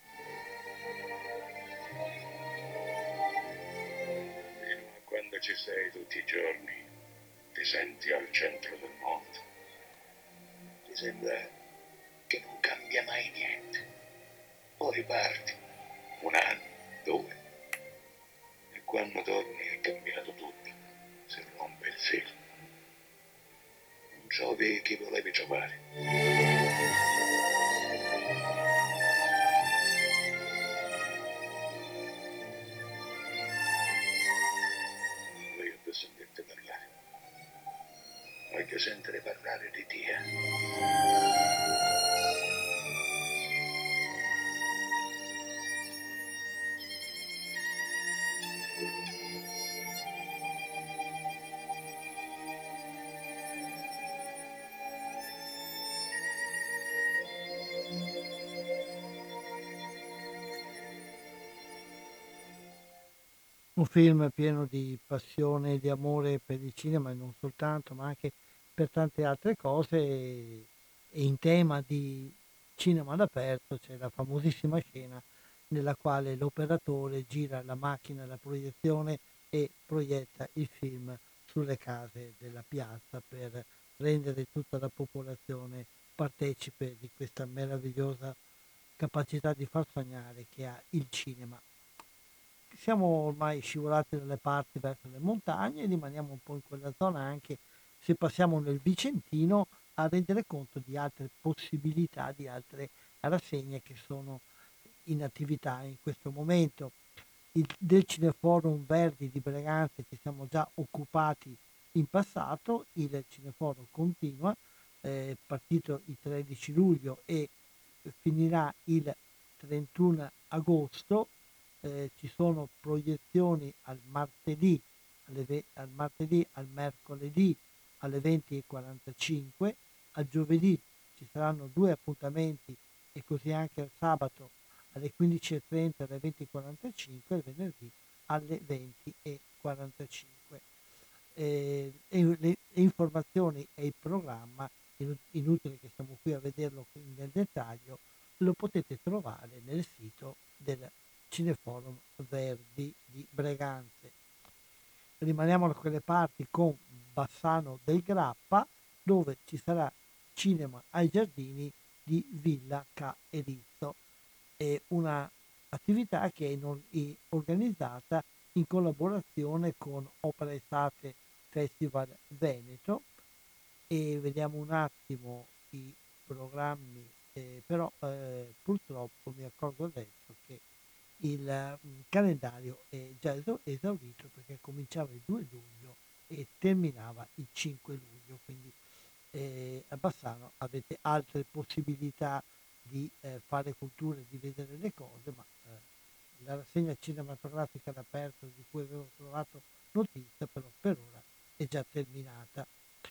Fino a quando ci sei tutti i giorni, ti senti al centro del mondo. Ti sembra che non cambia mai niente. Poi parti, un anno, due, e quando torni è cambiato tutto. Si rompe il filo. Non trovi chi volevi trovare. Voglio sentirti parlare. Voglio sentire parlare di Dio. Un film pieno di passione e di amore per il cinema e non soltanto, ma anche per tante altre cose. E e in tema di cinema all'aperto c'è la famosissima scena nella quale l'operatore gira la macchina da proiezione e proietta il film sulle case della piazza per rendere tutta la popolazione partecipe di questa meravigliosa capacità di far sognare che ha il cinema. Siamo ormai scivolati dalle parti verso le montagne, rimaniamo un po' in quella zona anche se passiamo nel Vicentino a rendere conto di altre possibilità, di altre rassegne che sono in attività in questo momento. Il, del Cineforum Verdi di Breganze ci siamo già occupati in passato, il Cineforum continua, è partito il tredici luglio e finirà il trentuno agosto. Eh, ci sono proiezioni al martedì, alle ve- al martedì, al mercoledì alle venti e quarantacinque, al giovedì ci saranno due appuntamenti e così anche al sabato alle quindici e trenta, alle venti e quarantacinque e il venerdì alle venti e quarantacinque. Eh, e le, le informazioni e il programma, inutile che stiamo qui a vederlo nel dettaglio, lo potete trovare nel sito del Cineforum Verdi di Breganze. Rimaniamo da quelle parti con Bassano del Grappa, dove ci sarà cinema ai giardini di Villa Ca Erizzo. È una attività che è, non, è organizzata in collaborazione con Opera Estate Festival Veneto, e vediamo un attimo i programmi, eh, però eh, purtroppo mi accorgo adesso che il um, calendario è già esaurito perché cominciava il due luglio e terminava il cinque luglio, quindi eh, a Bassano avete altre possibilità di eh, fare cultura e di vedere le cose, ma eh, la rassegna cinematografica all'aperto di cui avevo trovato notizia però per ora è già terminata.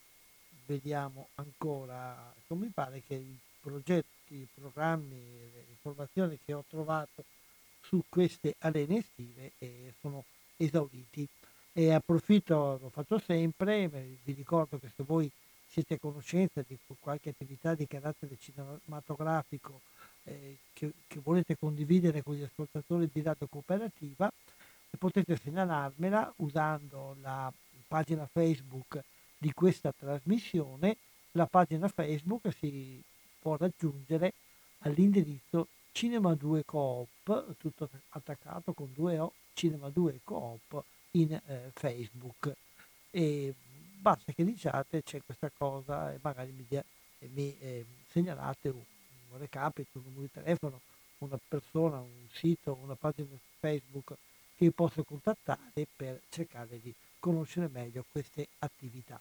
Vediamo ancora, mi pare che i progetti, i programmi, le informazioni che ho trovato su queste arene estive eh, sono esauriti. E approfitto, lo faccio sempre, vi ricordo che se voi siete a conoscenza di qualche attività di carattere cinematografico eh, che, che volete condividere con gli ascoltatori di Radio Cooperativa, potete segnalarmela usando la pagina Facebook di questa trasmissione. La pagina Facebook si può raggiungere all'indirizzo Cinema due Coop, tutto attaccato con due O, Cinema due Coop in eh, Facebook, e basta che diciate c'è questa cosa e magari mi, dia, e mi eh, segnalate un, un recapito, un numero di telefono, una persona, un sito, una pagina Facebook che io posso contattare per cercare di conoscere meglio queste attività.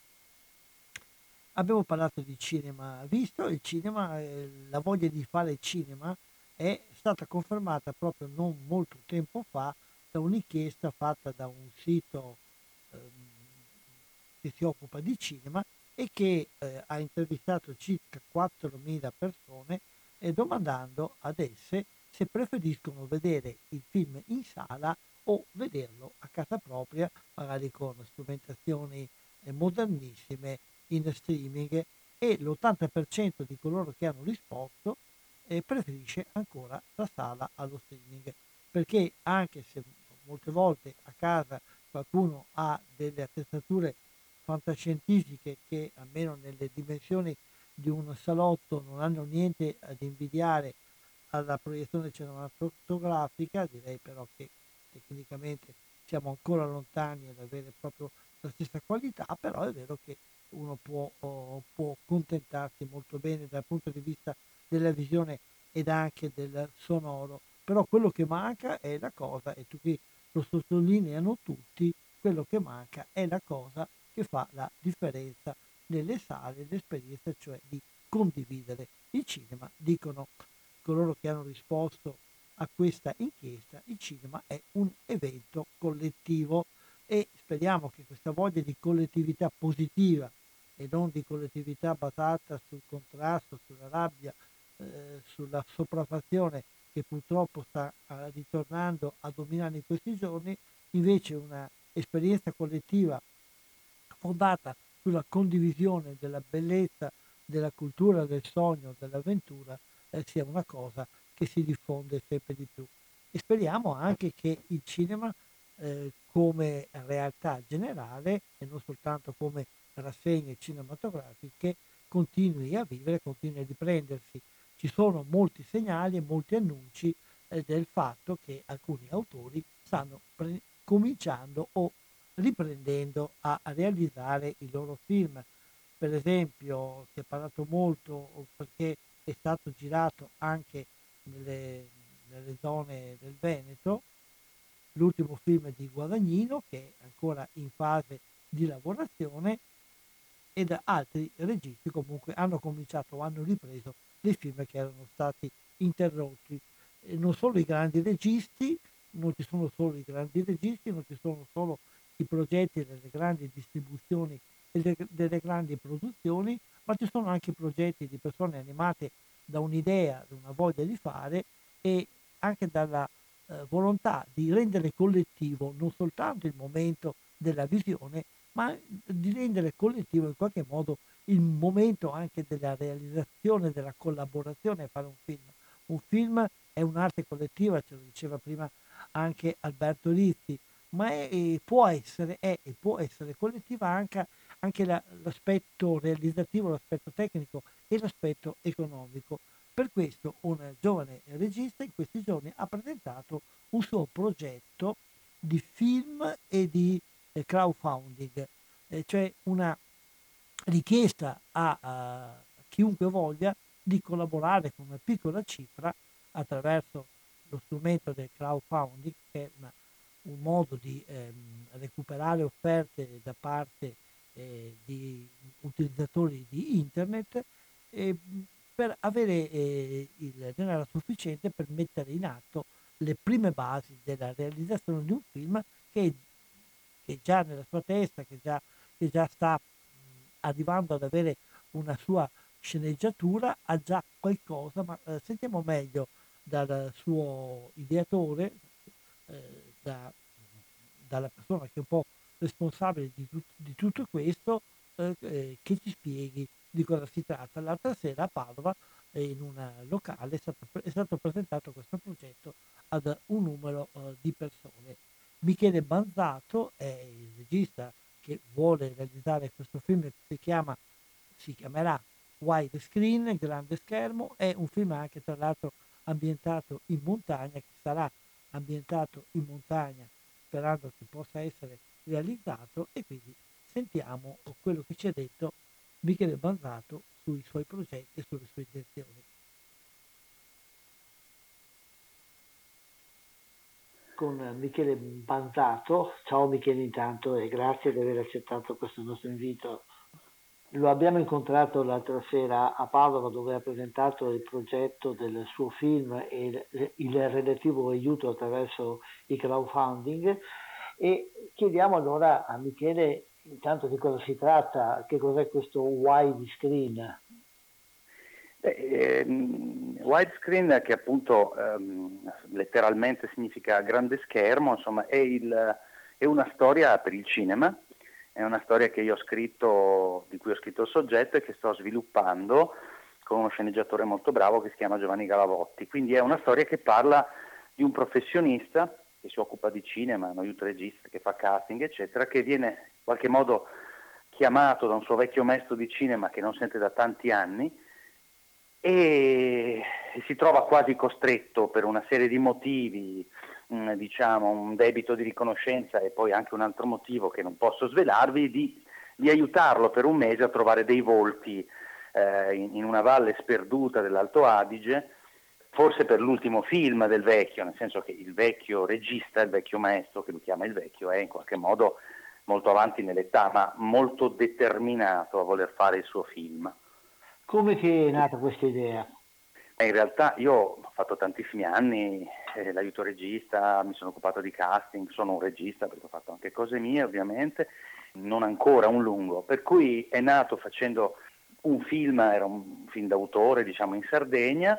Abbiamo parlato di cinema visto, il cinema, eh, la voglia di fare cinema è stata confermata proprio non molto tempo fa da un'inchiesta fatta da un sito ehm, che si occupa di cinema e che eh, ha intervistato circa quattromila persone e domandando ad esse se preferiscono vedere il film in sala o vederlo a casa propria, magari con strumentazioni eh, modernissime in streaming, e l'ottanta per cento di coloro che hanno risposto eh, preferisce ancora la sala allo streaming, perché anche se molte volte a casa qualcuno ha delle attrezzature fantascientifiche che almeno nelle dimensioni di un salotto non hanno niente ad invidiare alla proiezione cinematografica, direi però che tecnicamente siamo ancora lontani ad avere proprio la stessa qualità, però è vero che uno può, oh, può contentarsi molto bene dal punto di vista della visione ed anche del sonoro, però quello che manca è la cosa, e tutti lo sottolineano tutti, quello che manca è la cosa che fa la differenza nelle sale, l'esperienza cioè di condividere il cinema. Dicono coloro che hanno risposto a questa inchiesta, il cinema è un evento collettivo e speriamo che questa voglia di collettività positiva e non di collettività basata sul contrasto, sulla rabbia, eh, sulla sopraffazione che purtroppo sta eh, ritornando a dominare in questi giorni, invece una esperienza collettiva fondata sulla condivisione della bellezza, della cultura, del sogno, dell'avventura, eh, sia una cosa che si diffonde sempre di più. E speriamo anche che il cinema eh, come realtà generale e non soltanto come rassegne cinematografiche continui a vivere, continui a riprendersi. Ci sono molti segnali e molti annunci eh, del fatto che alcuni autori stanno pre- cominciando o riprendendo a realizzare i loro film. Per esempio si è parlato molto perché è stato girato anche nelle, nelle zone del Veneto l'ultimo film di Guadagnino, che è ancora in fase di lavorazione, ed altri registi comunque hanno cominciato o hanno ripreso dei film che erano stati interrotti. E non solo i grandi registi, non ci sono solo i grandi registi, non ci sono solo i progetti delle grandi distribuzioni e delle, delle grandi produzioni, ma ci sono anche progetti di persone animate da un'idea, da una voglia di fare e anche dalla eh, volontà di rendere collettivo non soltanto il momento della visione, ma di rendere collettivo in qualche modo il momento anche della realizzazione, della collaborazione a fare un film. Un film è un'arte collettiva, ce lo diceva prima anche Alberto Rizzi, ma è, può essere, è e può essere collettiva anche, anche la, l'aspetto realizzativo, l'aspetto tecnico e l'aspetto economico. Per questo un giovane regista in questi giorni ha presentato un suo progetto di film e di eh, crowdfunding, eh, cioè una richiesta a, a chiunque voglia di collaborare con una piccola cifra attraverso lo strumento del crowdfunding, che è una, un modo di ehm, recuperare offerte da parte eh, di utilizzatori di internet eh, per avere eh, il denaro sufficiente per mettere in atto le prime basi della realizzazione di un film che, che già nella sua testa, che già, che già sta mh, arrivando ad avere una sua sceneggiatura, ha già qualcosa, ma eh, sentiamo meglio dal suo ideatore, eh, da, dalla persona che è un po' responsabile di, tut- di tutto questo, eh, eh, che ci spieghi di cosa si tratta. L'altra sera a Padova, eh, in un locale, è stato, è stato presentato questo progetto ad un numero eh, di persone. Michele Banzato è il regista che vuole realizzare questo film che si chiama, si chiamerà Widescreen, grande schermo. È un film anche tra l'altro ambientato in montagna, che sarà ambientato in montagna sperando che possa essere realizzato, e quindi sentiamo quello che ci ha detto Michele Banzato sui suoi progetti e sulle sue intenzioni. Con Michele Banzato. Ciao Michele intanto e grazie di aver accettato questo nostro invito. Lo abbiamo incontrato l'altra sera a Padova, dove ha presentato il progetto del suo film e il, il relativo aiuto attraverso il crowdfunding, e chiediamo allora a Michele intanto di cosa si tratta, che cos'è questo widescreen. Eh, widescreen, che appunto ehm, letteralmente significa grande schermo, insomma è, il, è una storia per il cinema. È una storia che io ho scritto, di cui ho scritto il soggetto e che sto sviluppando con uno sceneggiatore molto bravo che si chiama Giovanni Galavotti. Quindi è una storia che parla di un professionista che si occupa di cinema, un aiuto regista che fa casting, eccetera, che viene in qualche modo chiamato da un suo vecchio maestro di cinema che non sente da tanti anni e si trova quasi costretto per una serie di motivi, mh, diciamo un debito di riconoscenza e poi anche un altro motivo che non posso svelarvi, di, di aiutarlo per un mese a trovare dei volti eh, in, in una valle sperduta dell'Alto Adige, forse per l'ultimo film del vecchio, nel senso che il vecchio regista, il vecchio maestro che lui chiama il vecchio, è in qualche modo molto avanti nell'età, ma molto determinato a voler fare il suo film. Come ti è nata questa idea? In realtà io ho fatto tantissimi anni eh, l'aiuto regista, mi sono occupato di casting, sono un regista perché ho fatto anche cose mie ovviamente, non ancora un lungo, per cui è nato facendo un film, era un film d'autore diciamo in Sardegna,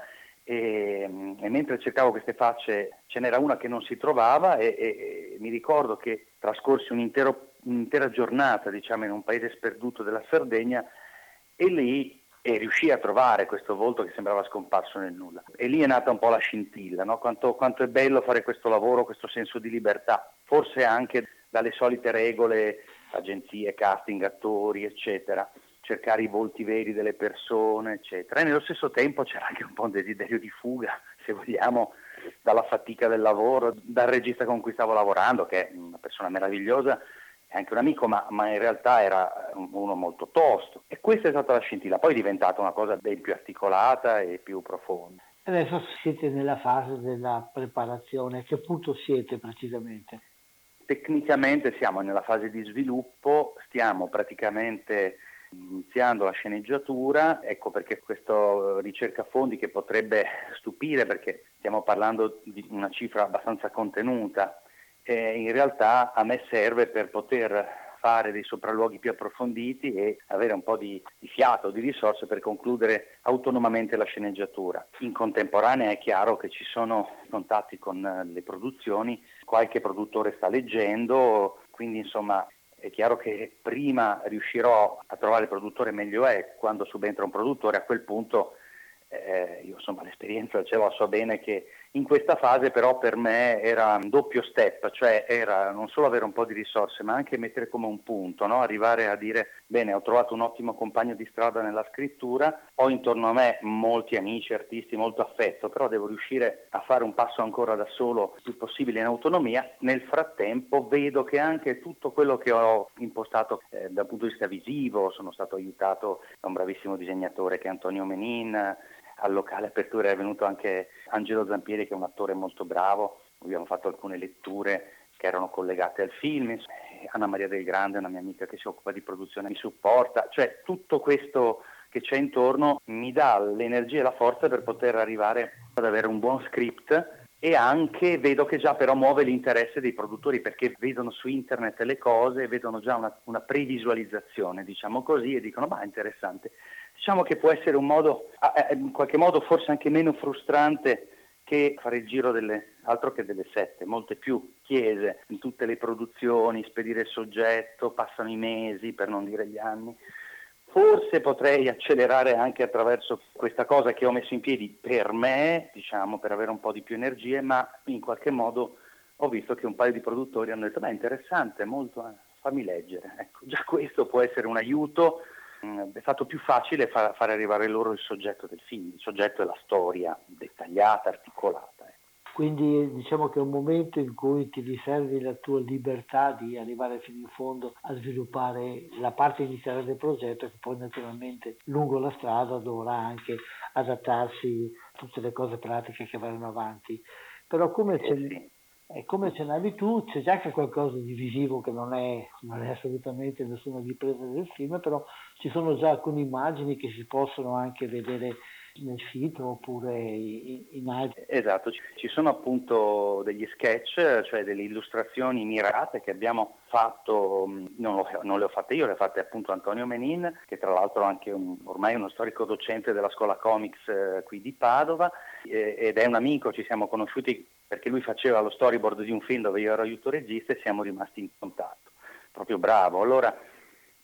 e, e mentre cercavo queste facce ce n'era una che non si trovava e, e, e mi ricordo che trascorsi un intero, un'intera giornata diciamo in un paese sperduto della Sardegna e lì e riuscì a trovare questo volto che sembrava scomparso nel nulla. E lì è nata un po' la scintilla, no? Quanto, quanto è bello fare questo lavoro, questo senso di libertà, forse anche dalle solite regole, agenzie, casting, attori, eccetera, cercare i volti veri delle persone, eccetera. E nello stesso tempo c'era anche un po' un desiderio di fuga, se vogliamo, dalla fatica del lavoro, dal regista con cui stavo lavorando, che è una persona meravigliosa, è anche un amico, ma, ma in realtà era uno molto tosto. E questa è stata la scintilla, poi è diventata una cosa ben più articolata e più profonda. Adesso siete nella fase della preparazione, a che punto siete precisamente? Tecnicamente siamo nella fase di sviluppo, stiamo praticamente iniziando la sceneggiatura, ecco perché questo ricerca fondi che potrebbe stupire perché stiamo parlando di una cifra abbastanza contenuta, e in realtà a me serve per poter fare dei sopralluoghi più approfonditi e avere un po' di, di fiato, di risorse per concludere autonomamente la sceneggiatura. In contemporanea è chiaro che ci sono contatti con le produzioni, qualche produttore sta leggendo, quindi insomma è chiaro che prima riuscirò a trovare il produttore meglio è, quando subentra un produttore a quel punto eh, io insomma l'esperienza ce l'ho, so bene che in questa fase però per me era un doppio step, cioè era non solo avere un po' di risorse ma anche mettere come un punto, no? Arrivare a dire bene, ho trovato un ottimo compagno di strada nella scrittura, ho intorno a me molti amici, artisti, molto affetto, però devo riuscire a fare un passo ancora da solo il più possibile in autonomia. Nel frattempo vedo che anche tutto quello che ho impostato eh, dal punto di vista visivo, sono stato aiutato da un bravissimo disegnatore che è Antonio Menin, al locale apertura è venuto anche Angelo Zampieri che è un attore molto bravo, abbiamo fatto alcune letture che erano collegate al film, Anna Maria Del Grande, una mia amica che si occupa di produzione, mi supporta, cioè tutto questo che c'è intorno mi dà l'energia e la forza per poter arrivare ad avere un buon script e anche vedo che già però muove l'interesse dei produttori perché vedono su internet le cose, vedono già una, una previsualizzazione, diciamo così, e dicono ma è interessante. Diciamo che può essere un modo, in qualche modo forse anche meno frustrante che fare il giro delle, altro che delle sette, molte più chiese, in tutte le produzioni, spedire il soggetto, passano i mesi per non dire gli anni. Forse potrei accelerare anche attraverso questa cosa che ho messo in piedi per me, diciamo, per avere un po' di più energie, ma in qualche modo ho visto che un paio di produttori hanno detto beh, interessante, molto, eh, fammi leggere. Ecco, già questo può essere un aiuto. È stato più facile far, fare arrivare loro il soggetto del film, il soggetto è la storia dettagliata, articolata. Ecco. Quindi diciamo che è un momento in cui ti riservi la tua libertà di arrivare fino in fondo a sviluppare la parte iniziale del progetto che poi naturalmente lungo la strada dovrà anche adattarsi a tutte le cose pratiche che vanno avanti. Però come eh, ce sì. E come accennavi tu, c'è già che qualcosa di visivo che non è, non è assolutamente nessuna ripresa del film, però ci sono già alcune immagini che si possono anche vedere nel sito oppure in, in altri. Esatto, ci sono appunto degli sketch, cioè delle illustrazioni mirate che abbiamo fatto, non, lo, non le ho fatte io, le ha fatte appunto Antonio Menin, che tra l'altro è anche un, ormai uno storico docente della scuola comics eh, qui di Padova, eh, ed è un amico, ci siamo conosciuti perché lui faceva lo storyboard di un film dove io ero aiuto regista e siamo rimasti in contatto, proprio bravo. Allora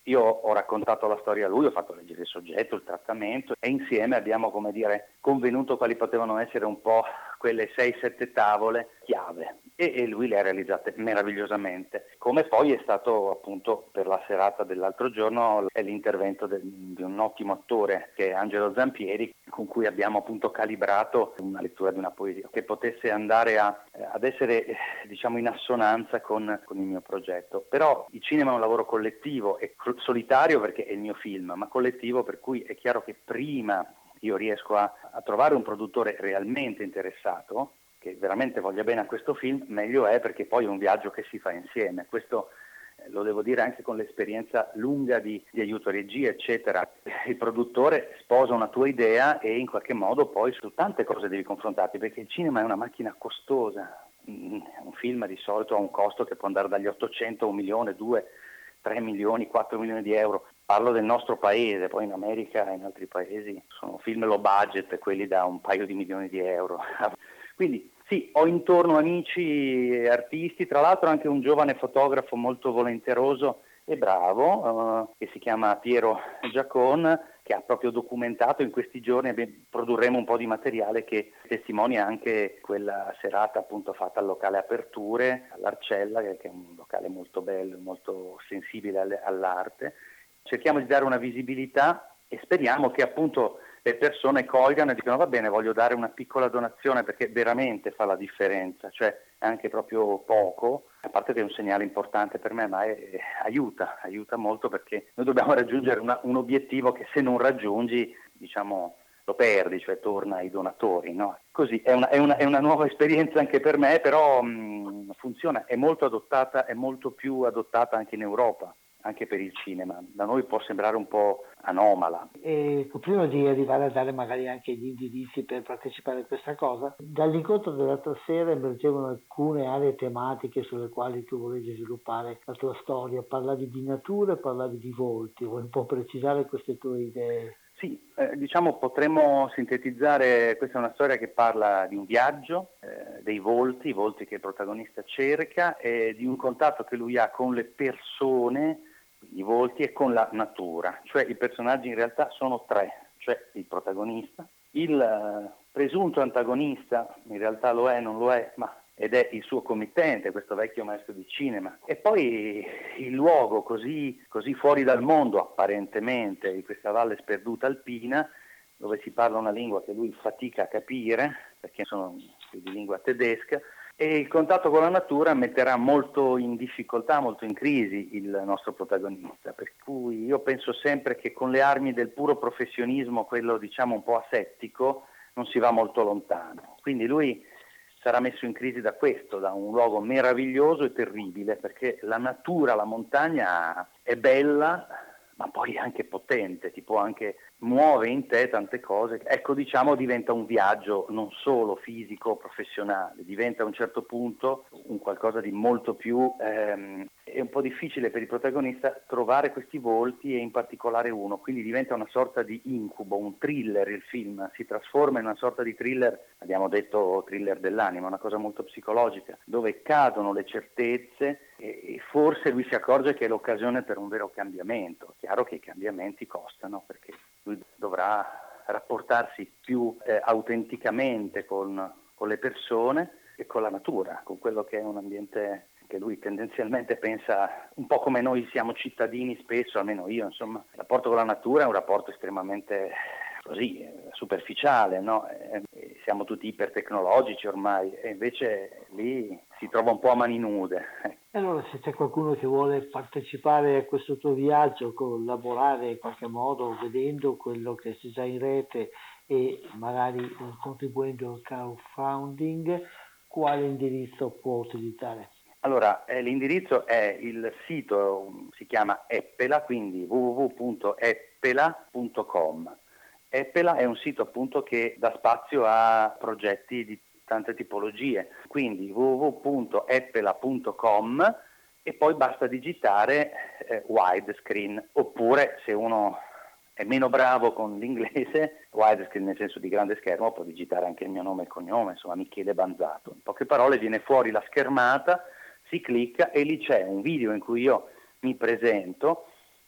Io ho raccontato la storia a lui, ho fatto leggere il soggetto, il trattamento e insieme abbiamo, come dire, convenuto quali potevano essere un po' quelle sei sette tavole chiave e, e lui le ha realizzate meravigliosamente, come poi è stato appunto per la serata dell'altro giorno è l'intervento del, di un ottimo attore che è Angelo Zampieri, con cui abbiamo appunto calibrato una lettura di una poesia che potesse andare a, ad essere diciamo in assonanza con, con il mio progetto. Però il cinema è un lavoro collettivo e solitario perché è il mio film, ma collettivo, per cui è chiaro che prima io riesco a, a trovare un produttore realmente interessato, che veramente voglia bene a questo film, meglio è, perché poi è un viaggio che si fa insieme. Questo eh, lo devo dire anche con l'esperienza lunga di, di aiuto regia, eccetera. Il produttore sposa una tua idea e in qualche modo poi su tante cose devi confrontarti, perché il cinema è una macchina costosa. Un film di solito ha un costo che può andare dagli ottocento a un milione, due, tre milioni, quattro milioni di euro. Parlo del nostro paese, poi in America e in altri paesi sono film low budget, quelli da un paio di milioni di euro. Quindi sì, ho intorno amici e artisti, tra l'altro anche un giovane fotografo molto volenteroso e bravo, uh, che si chiama Piero Giacon, che ha proprio documentato in questi giorni. Beh, produrremo un po' di materiale che testimonia anche quella serata appunto fatta al locale Aperture, all'Arcella, che è un locale molto bello, molto sensibile all'arte. Cerchiamo di dare una visibilità e speriamo che appunto le persone colgano e dicano va bene, voglio dare una piccola donazione, perché veramente fa la differenza, cioè anche proprio poco, a parte che è un segnale importante per me, ma è, è, aiuta, aiuta molto, perché noi dobbiamo raggiungere una, un obiettivo che se non raggiungi, diciamo, lo perdi, cioè torna ai donatori, no? Così è una, è una, è una nuova esperienza anche per me, però mh, funziona, è molto adottata, è molto più adottata anche in Europa, anche per il cinema. Da noi può sembrare un po' anomala. E prima di arrivare a dare magari anche gli indirizzi per partecipare a questa cosa, dall'incontro dell'altra sera emergevano alcune aree tematiche sulle quali tu volevi sviluppare la tua storia. Parlavi di natura e parlavi di volti. Vuoi un po' precisare queste tue idee? Sì, eh, diciamo potremmo sintetizzare, questa è una storia che parla di un viaggio, eh, dei volti, i volti che il protagonista cerca, e di un contatto che lui ha con le persone, i volti, e con la natura. Cioè i personaggi in realtà sono tre, cioè il protagonista, il eh, presunto antagonista, in realtà lo è, non lo è, ma ed è il suo committente, questo vecchio maestro di cinema, e poi il luogo così, così fuori dal mondo apparentemente, di questa valle sperduta alpina, dove si parla una lingua che lui fatica a capire, perché sono di lingua tedesca, e il contatto con la natura metterà molto in difficoltà, molto in crisi il nostro protagonista, per cui io penso sempre che con le armi del puro professionismo, quello diciamo un po' asettico, non si va molto lontano. Quindi lui sarà messo in crisi da questo, da un luogo meraviglioso e terribile, perché la natura, la montagna è bella, ma poi anche potente, ti può anche muove in te tante cose. Ecco, diciamo, diventa un viaggio non solo fisico o professionale, diventa a un certo punto un qualcosa di molto più... Ehm, è un po' difficile per il protagonista trovare questi volti, e in particolare uno, quindi diventa una sorta di incubo, un thriller. Il film si trasforma in una sorta di thriller, abbiamo detto thriller dell'anima, una cosa molto psicologica, dove cadono le certezze e forse lui si accorge che è l'occasione per un vero cambiamento. Chiaro che i cambiamenti costano, perché lui dovrà rapportarsi più eh, autenticamente con, con le persone e con la natura, con quello che è un ambiente che lui tendenzialmente pensa un po' come noi siamo cittadini spesso, almeno io, insomma. Il rapporto con la natura è un rapporto estremamente così superficiale, no? E siamo tutti ipertecnologici ormai, e invece lì si trova un po' a mani nude. Allora, se c'è qualcuno che vuole partecipare a questo tuo viaggio, collaborare in qualche modo, vedendo quello che c'è già in rete e magari eh, contribuendo al crowdfunding, quale indirizzo può utilizzare? Allora, eh, l'indirizzo è il sito, si chiama Eppela, quindi w w w punto eppela punto com. Eppela è un sito appunto che dà spazio a progetti di tante tipologie, quindi w w w punto eppela punto com, e poi basta digitare eh, widescreen, oppure se uno è meno bravo con l'inglese, widescreen nel senso di grande schermo, può digitare anche il mio nome e cognome, insomma Michele Banzato. In poche parole viene fuori la schermata, si clicca e lì c'è un video in cui io mi presento,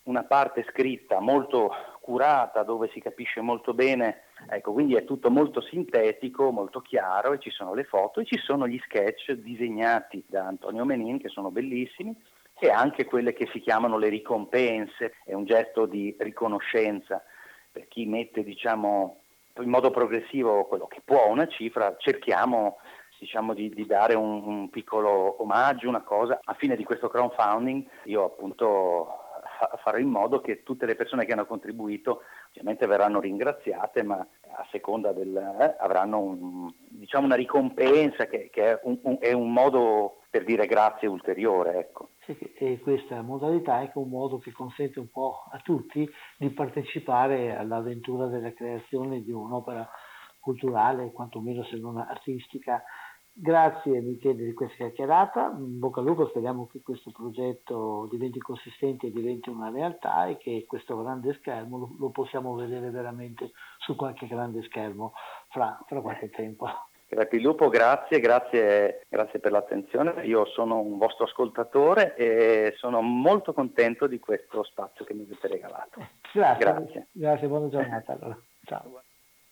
una parte scritta molto curata, dove si capisce molto bene, ecco, quindi è tutto molto sintetico, molto chiaro, e ci sono le foto e ci sono gli sketch disegnati da Antonio Menin, che sono bellissimi, e anche quelle che si chiamano le ricompense, è un gesto di riconoscenza per chi mette, diciamo, in modo progressivo quello che può una cifra. Cerchiamo, diciamo, di, di dare un, un piccolo omaggio, una cosa. A fine di questo crowdfunding io appunto fa, farò in modo che tutte le persone che hanno contribuito ovviamente verranno ringraziate, ma a seconda del eh, avranno un, diciamo, una ricompensa che, che è, un, un, è un modo per dire grazie ulteriore, ecco. Sì, e questa modalità è anche un modo che consente un po' a tutti di partecipare all'avventura della creazione di un'opera culturale, quantomeno se non artistica. Grazie Michele di questa chiacchierata, in bocca al lupo, speriamo che questo progetto diventi consistente e diventi una realtà, e che questo grande schermo lo, lo possiamo vedere veramente su qualche grande schermo fra, fra qualche tempo. Crepilupo, grazie, grazie, grazie per l'attenzione. Io sono un vostro ascoltatore e sono molto contento di questo spazio che mi avete regalato. Grazie, grazie, grazie, buona giornata allora. Ciao.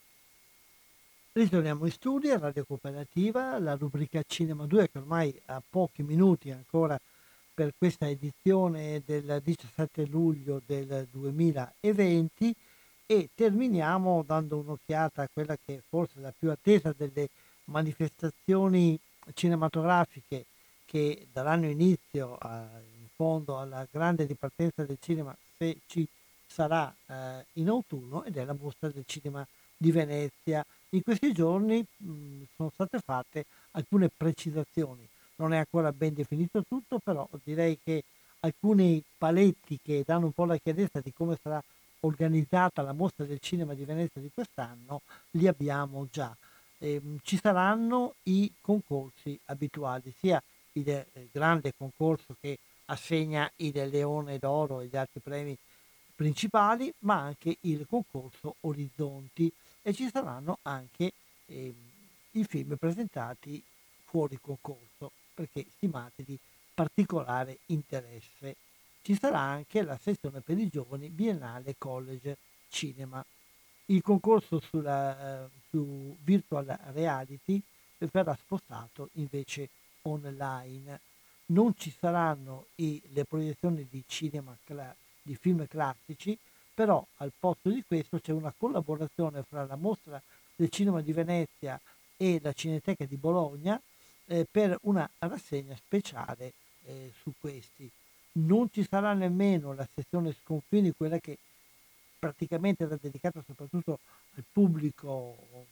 Ritorniamo in studio a Radio Cooperativa, la rubrica Cinema due, che ormai ha pochi minuti ancora per questa edizione del diciassette luglio del duemilaventi, e terminiamo dando un'occhiata a quella che forse è la più attesa delle manifestazioni cinematografiche che daranno inizio a, in fondo alla grande ripartenza del cinema, se ci sarà eh, in autunno, ed è la mostra del cinema di Venezia. In questi giorni mh, sono state fatte alcune precisazioni, non è ancora ben definito tutto, però direi che alcuni paletti che danno un po' la chiarezza di come sarà organizzata la mostra del cinema di Venezia di quest'anno li abbiamo già. Eh, ci saranno i concorsi abituali, sia il eh, grande concorso che assegna il Leone d'Oro e gli altri premi principali, ma anche il concorso Orizzonti, e ci saranno anche eh, i film presentati fuori concorso perché stimati di particolare interesse. Ci sarà anche la sezione per i giovani Biennale College Cinema. Il concorso sulla, uh, su Virtual Reality verrà spostato invece online. Non ci saranno i, le proiezioni di cinema cla- di film classici, però al posto di questo c'è una collaborazione fra la Mostra del Cinema di Venezia e la Cineteca di Bologna eh, per una rassegna speciale eh, su questi. Non ci sarà nemmeno la sezione Sconfini, quella che praticamente era dedicata soprattutto al pubblico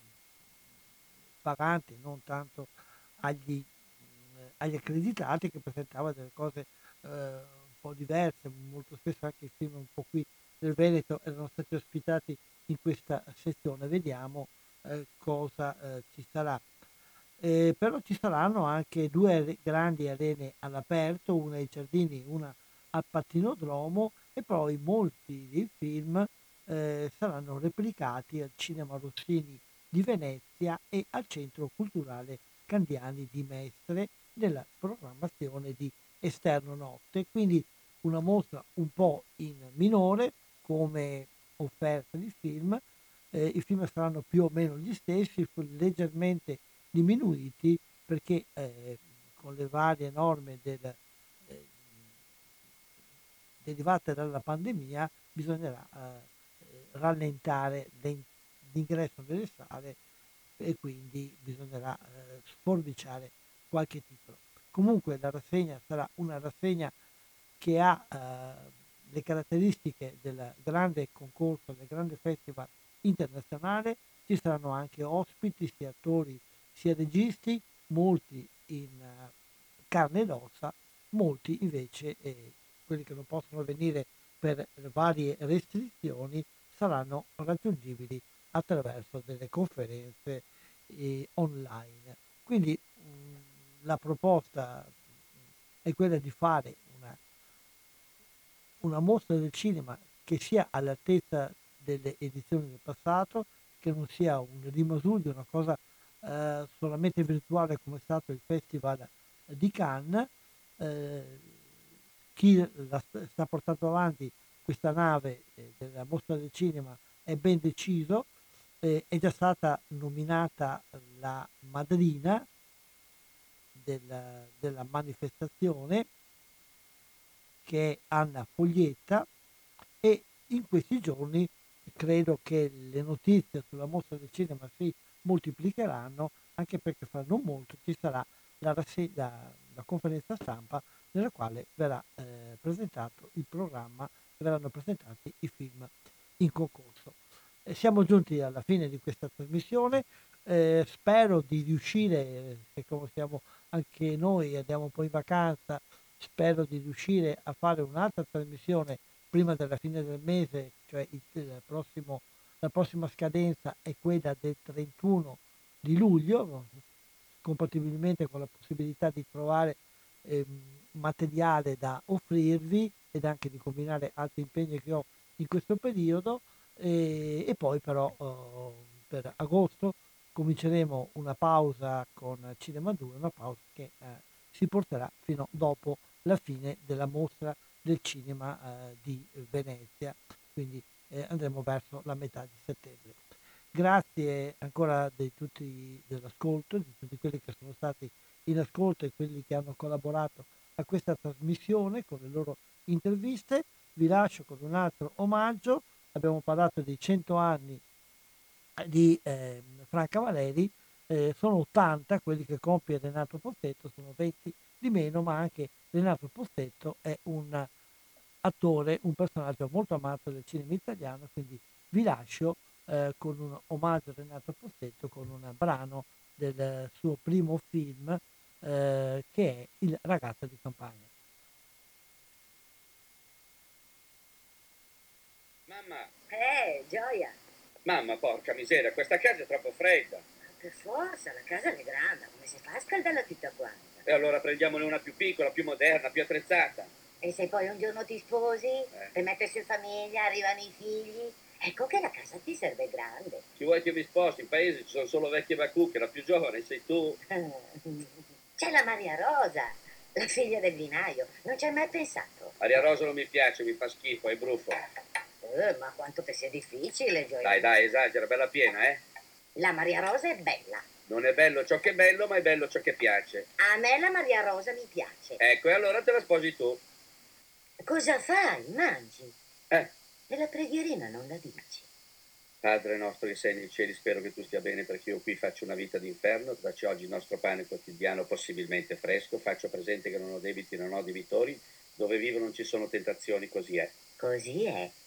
pagante, non tanto agli, agli accreditati, che presentava delle cose eh, un po' diverse. Molto spesso anche i film un po' qui del Veneto erano stati ospitati in questa sezione. Vediamo eh, cosa eh, ci sarà. Eh, però ci saranno anche due grandi arene all'aperto, una ai Giardini, una al Pattinodromo, e poi molti dei film eh, saranno replicati al Cinema Rossini di Venezia e al Centro Culturale Candiani di Mestre nella programmazione di Esterno Notte, quindi una mostra un po' in minore come offerta di film. Eh, i film saranno più o meno gli stessi, leggermente diminuiti, perché eh, con le varie norme del, eh, derivate dalla pandemia bisognerà eh, rallentare l'ingresso nelle sale, e quindi bisognerà eh, sforbiciare qualche titolo. Comunque la rassegna sarà una rassegna che ha eh, le caratteristiche del grande concorso, del grande festival internazionale. Ci saranno anche ospiti, sia attori sia registi, molti in uh, carne ed ossa, molti invece, eh, quelli che non possono venire per varie restrizioni, saranno raggiungibili attraverso delle conferenze eh, online. Quindi mh, la proposta è quella di fare una, una mostra del cinema che sia all'altezza delle edizioni del passato, che non sia un rimasuglio, una cosa eh, solamente virtuale come è stato il Festival di Cannes. Eh, chi la sta portando avanti questa nave eh, della Mostra del Cinema è ben deciso. Eh, è già stata nominata la madrina del, della manifestazione, che è Anna Foglietta, e in questi giorni credo che le notizie sulla Mostra del Cinema si moltiplicheranno, anche perché fra non molto ci sarà la, rasse- la, la conferenza stampa nella quale verrà eh, presentato il programma e verranno presentati i film in concorso. Eh, siamo giunti alla fine di questa trasmissione, eh, spero di riuscire, siccome siamo anche noi, andiamo un po' in vacanza, spero di riuscire a fare un'altra trasmissione prima della fine del mese, cioè il, il prossimo, la prossima scadenza è quella del trentuno di luglio, compatibilmente con la possibilità di trovare eh, materiale da offrirvi ed anche di combinare altri impegni che ho in questo periodo, e, e poi però eh, per agosto cominceremo una pausa con Cinema due, una pausa che eh, si porterà fino dopo la fine della mostra del cinema eh, di Venezia, quindi eh, andremo verso la metà di settembre. Grazie ancora di tutti dell'ascolto, di tutti quelli che sono stati in ascolto e quelli che hanno collaborato a questa trasmissione con le loro interviste. Vi lascio con un altro omaggio. Abbiamo parlato dei cento anni di eh, Franca Valeri, eh, sono ottanta quelli che compie Renato Pozzetto, sono venti di meno, ma anche Renato Pozzetto è un attore, un personaggio molto amato del cinema italiano, quindi vi lascio eh, con un omaggio a Renato Pozzetto con un brano del suo primo film eh, che è Il ragazzo di campagna. Mamma! Eh, Gioia! Mamma, porca miseria, questa casa è troppo fredda. Per forza, la casa è grande, come si fa a scaldarla tutta quanta? E allora prendiamone una più piccola, più moderna, più attrezzata. E se poi un giorno ti sposi, eh. per mettersi in famiglia, arrivano i figli, ecco che la casa ti serve grande. Ci vuoi che mi sposi? In paese ci sono solo vecchie bacucche, la più giovane sei tu. C'è la Maria Rosa, la figlia del vinaio, non ci hai mai pensato? Maria Rosa non mi piace, mi fa schifo, è brufo. Eh, ma quanto che sia difficile, Gioia. Dai, dai, esagera, bella piena, eh? La Maria Rosa è bella. Non è bello ciò che è bello, ma è bello ciò che piace. A me la Maria Rosa mi piace. Ecco, e allora te la sposi tu. Cosa fai? Mangi? Eh? E la preghierina non la dici? Padre nostro che sei nei cieli, spero che tu stia bene, perché io qui faccio una vita d'inferno. Dacci oggi il nostro pane quotidiano, possibilmente fresco. Faccio presente che non ho debiti, non ho debitori. Dove vivo non ci sono tentazioni, così è. Così è.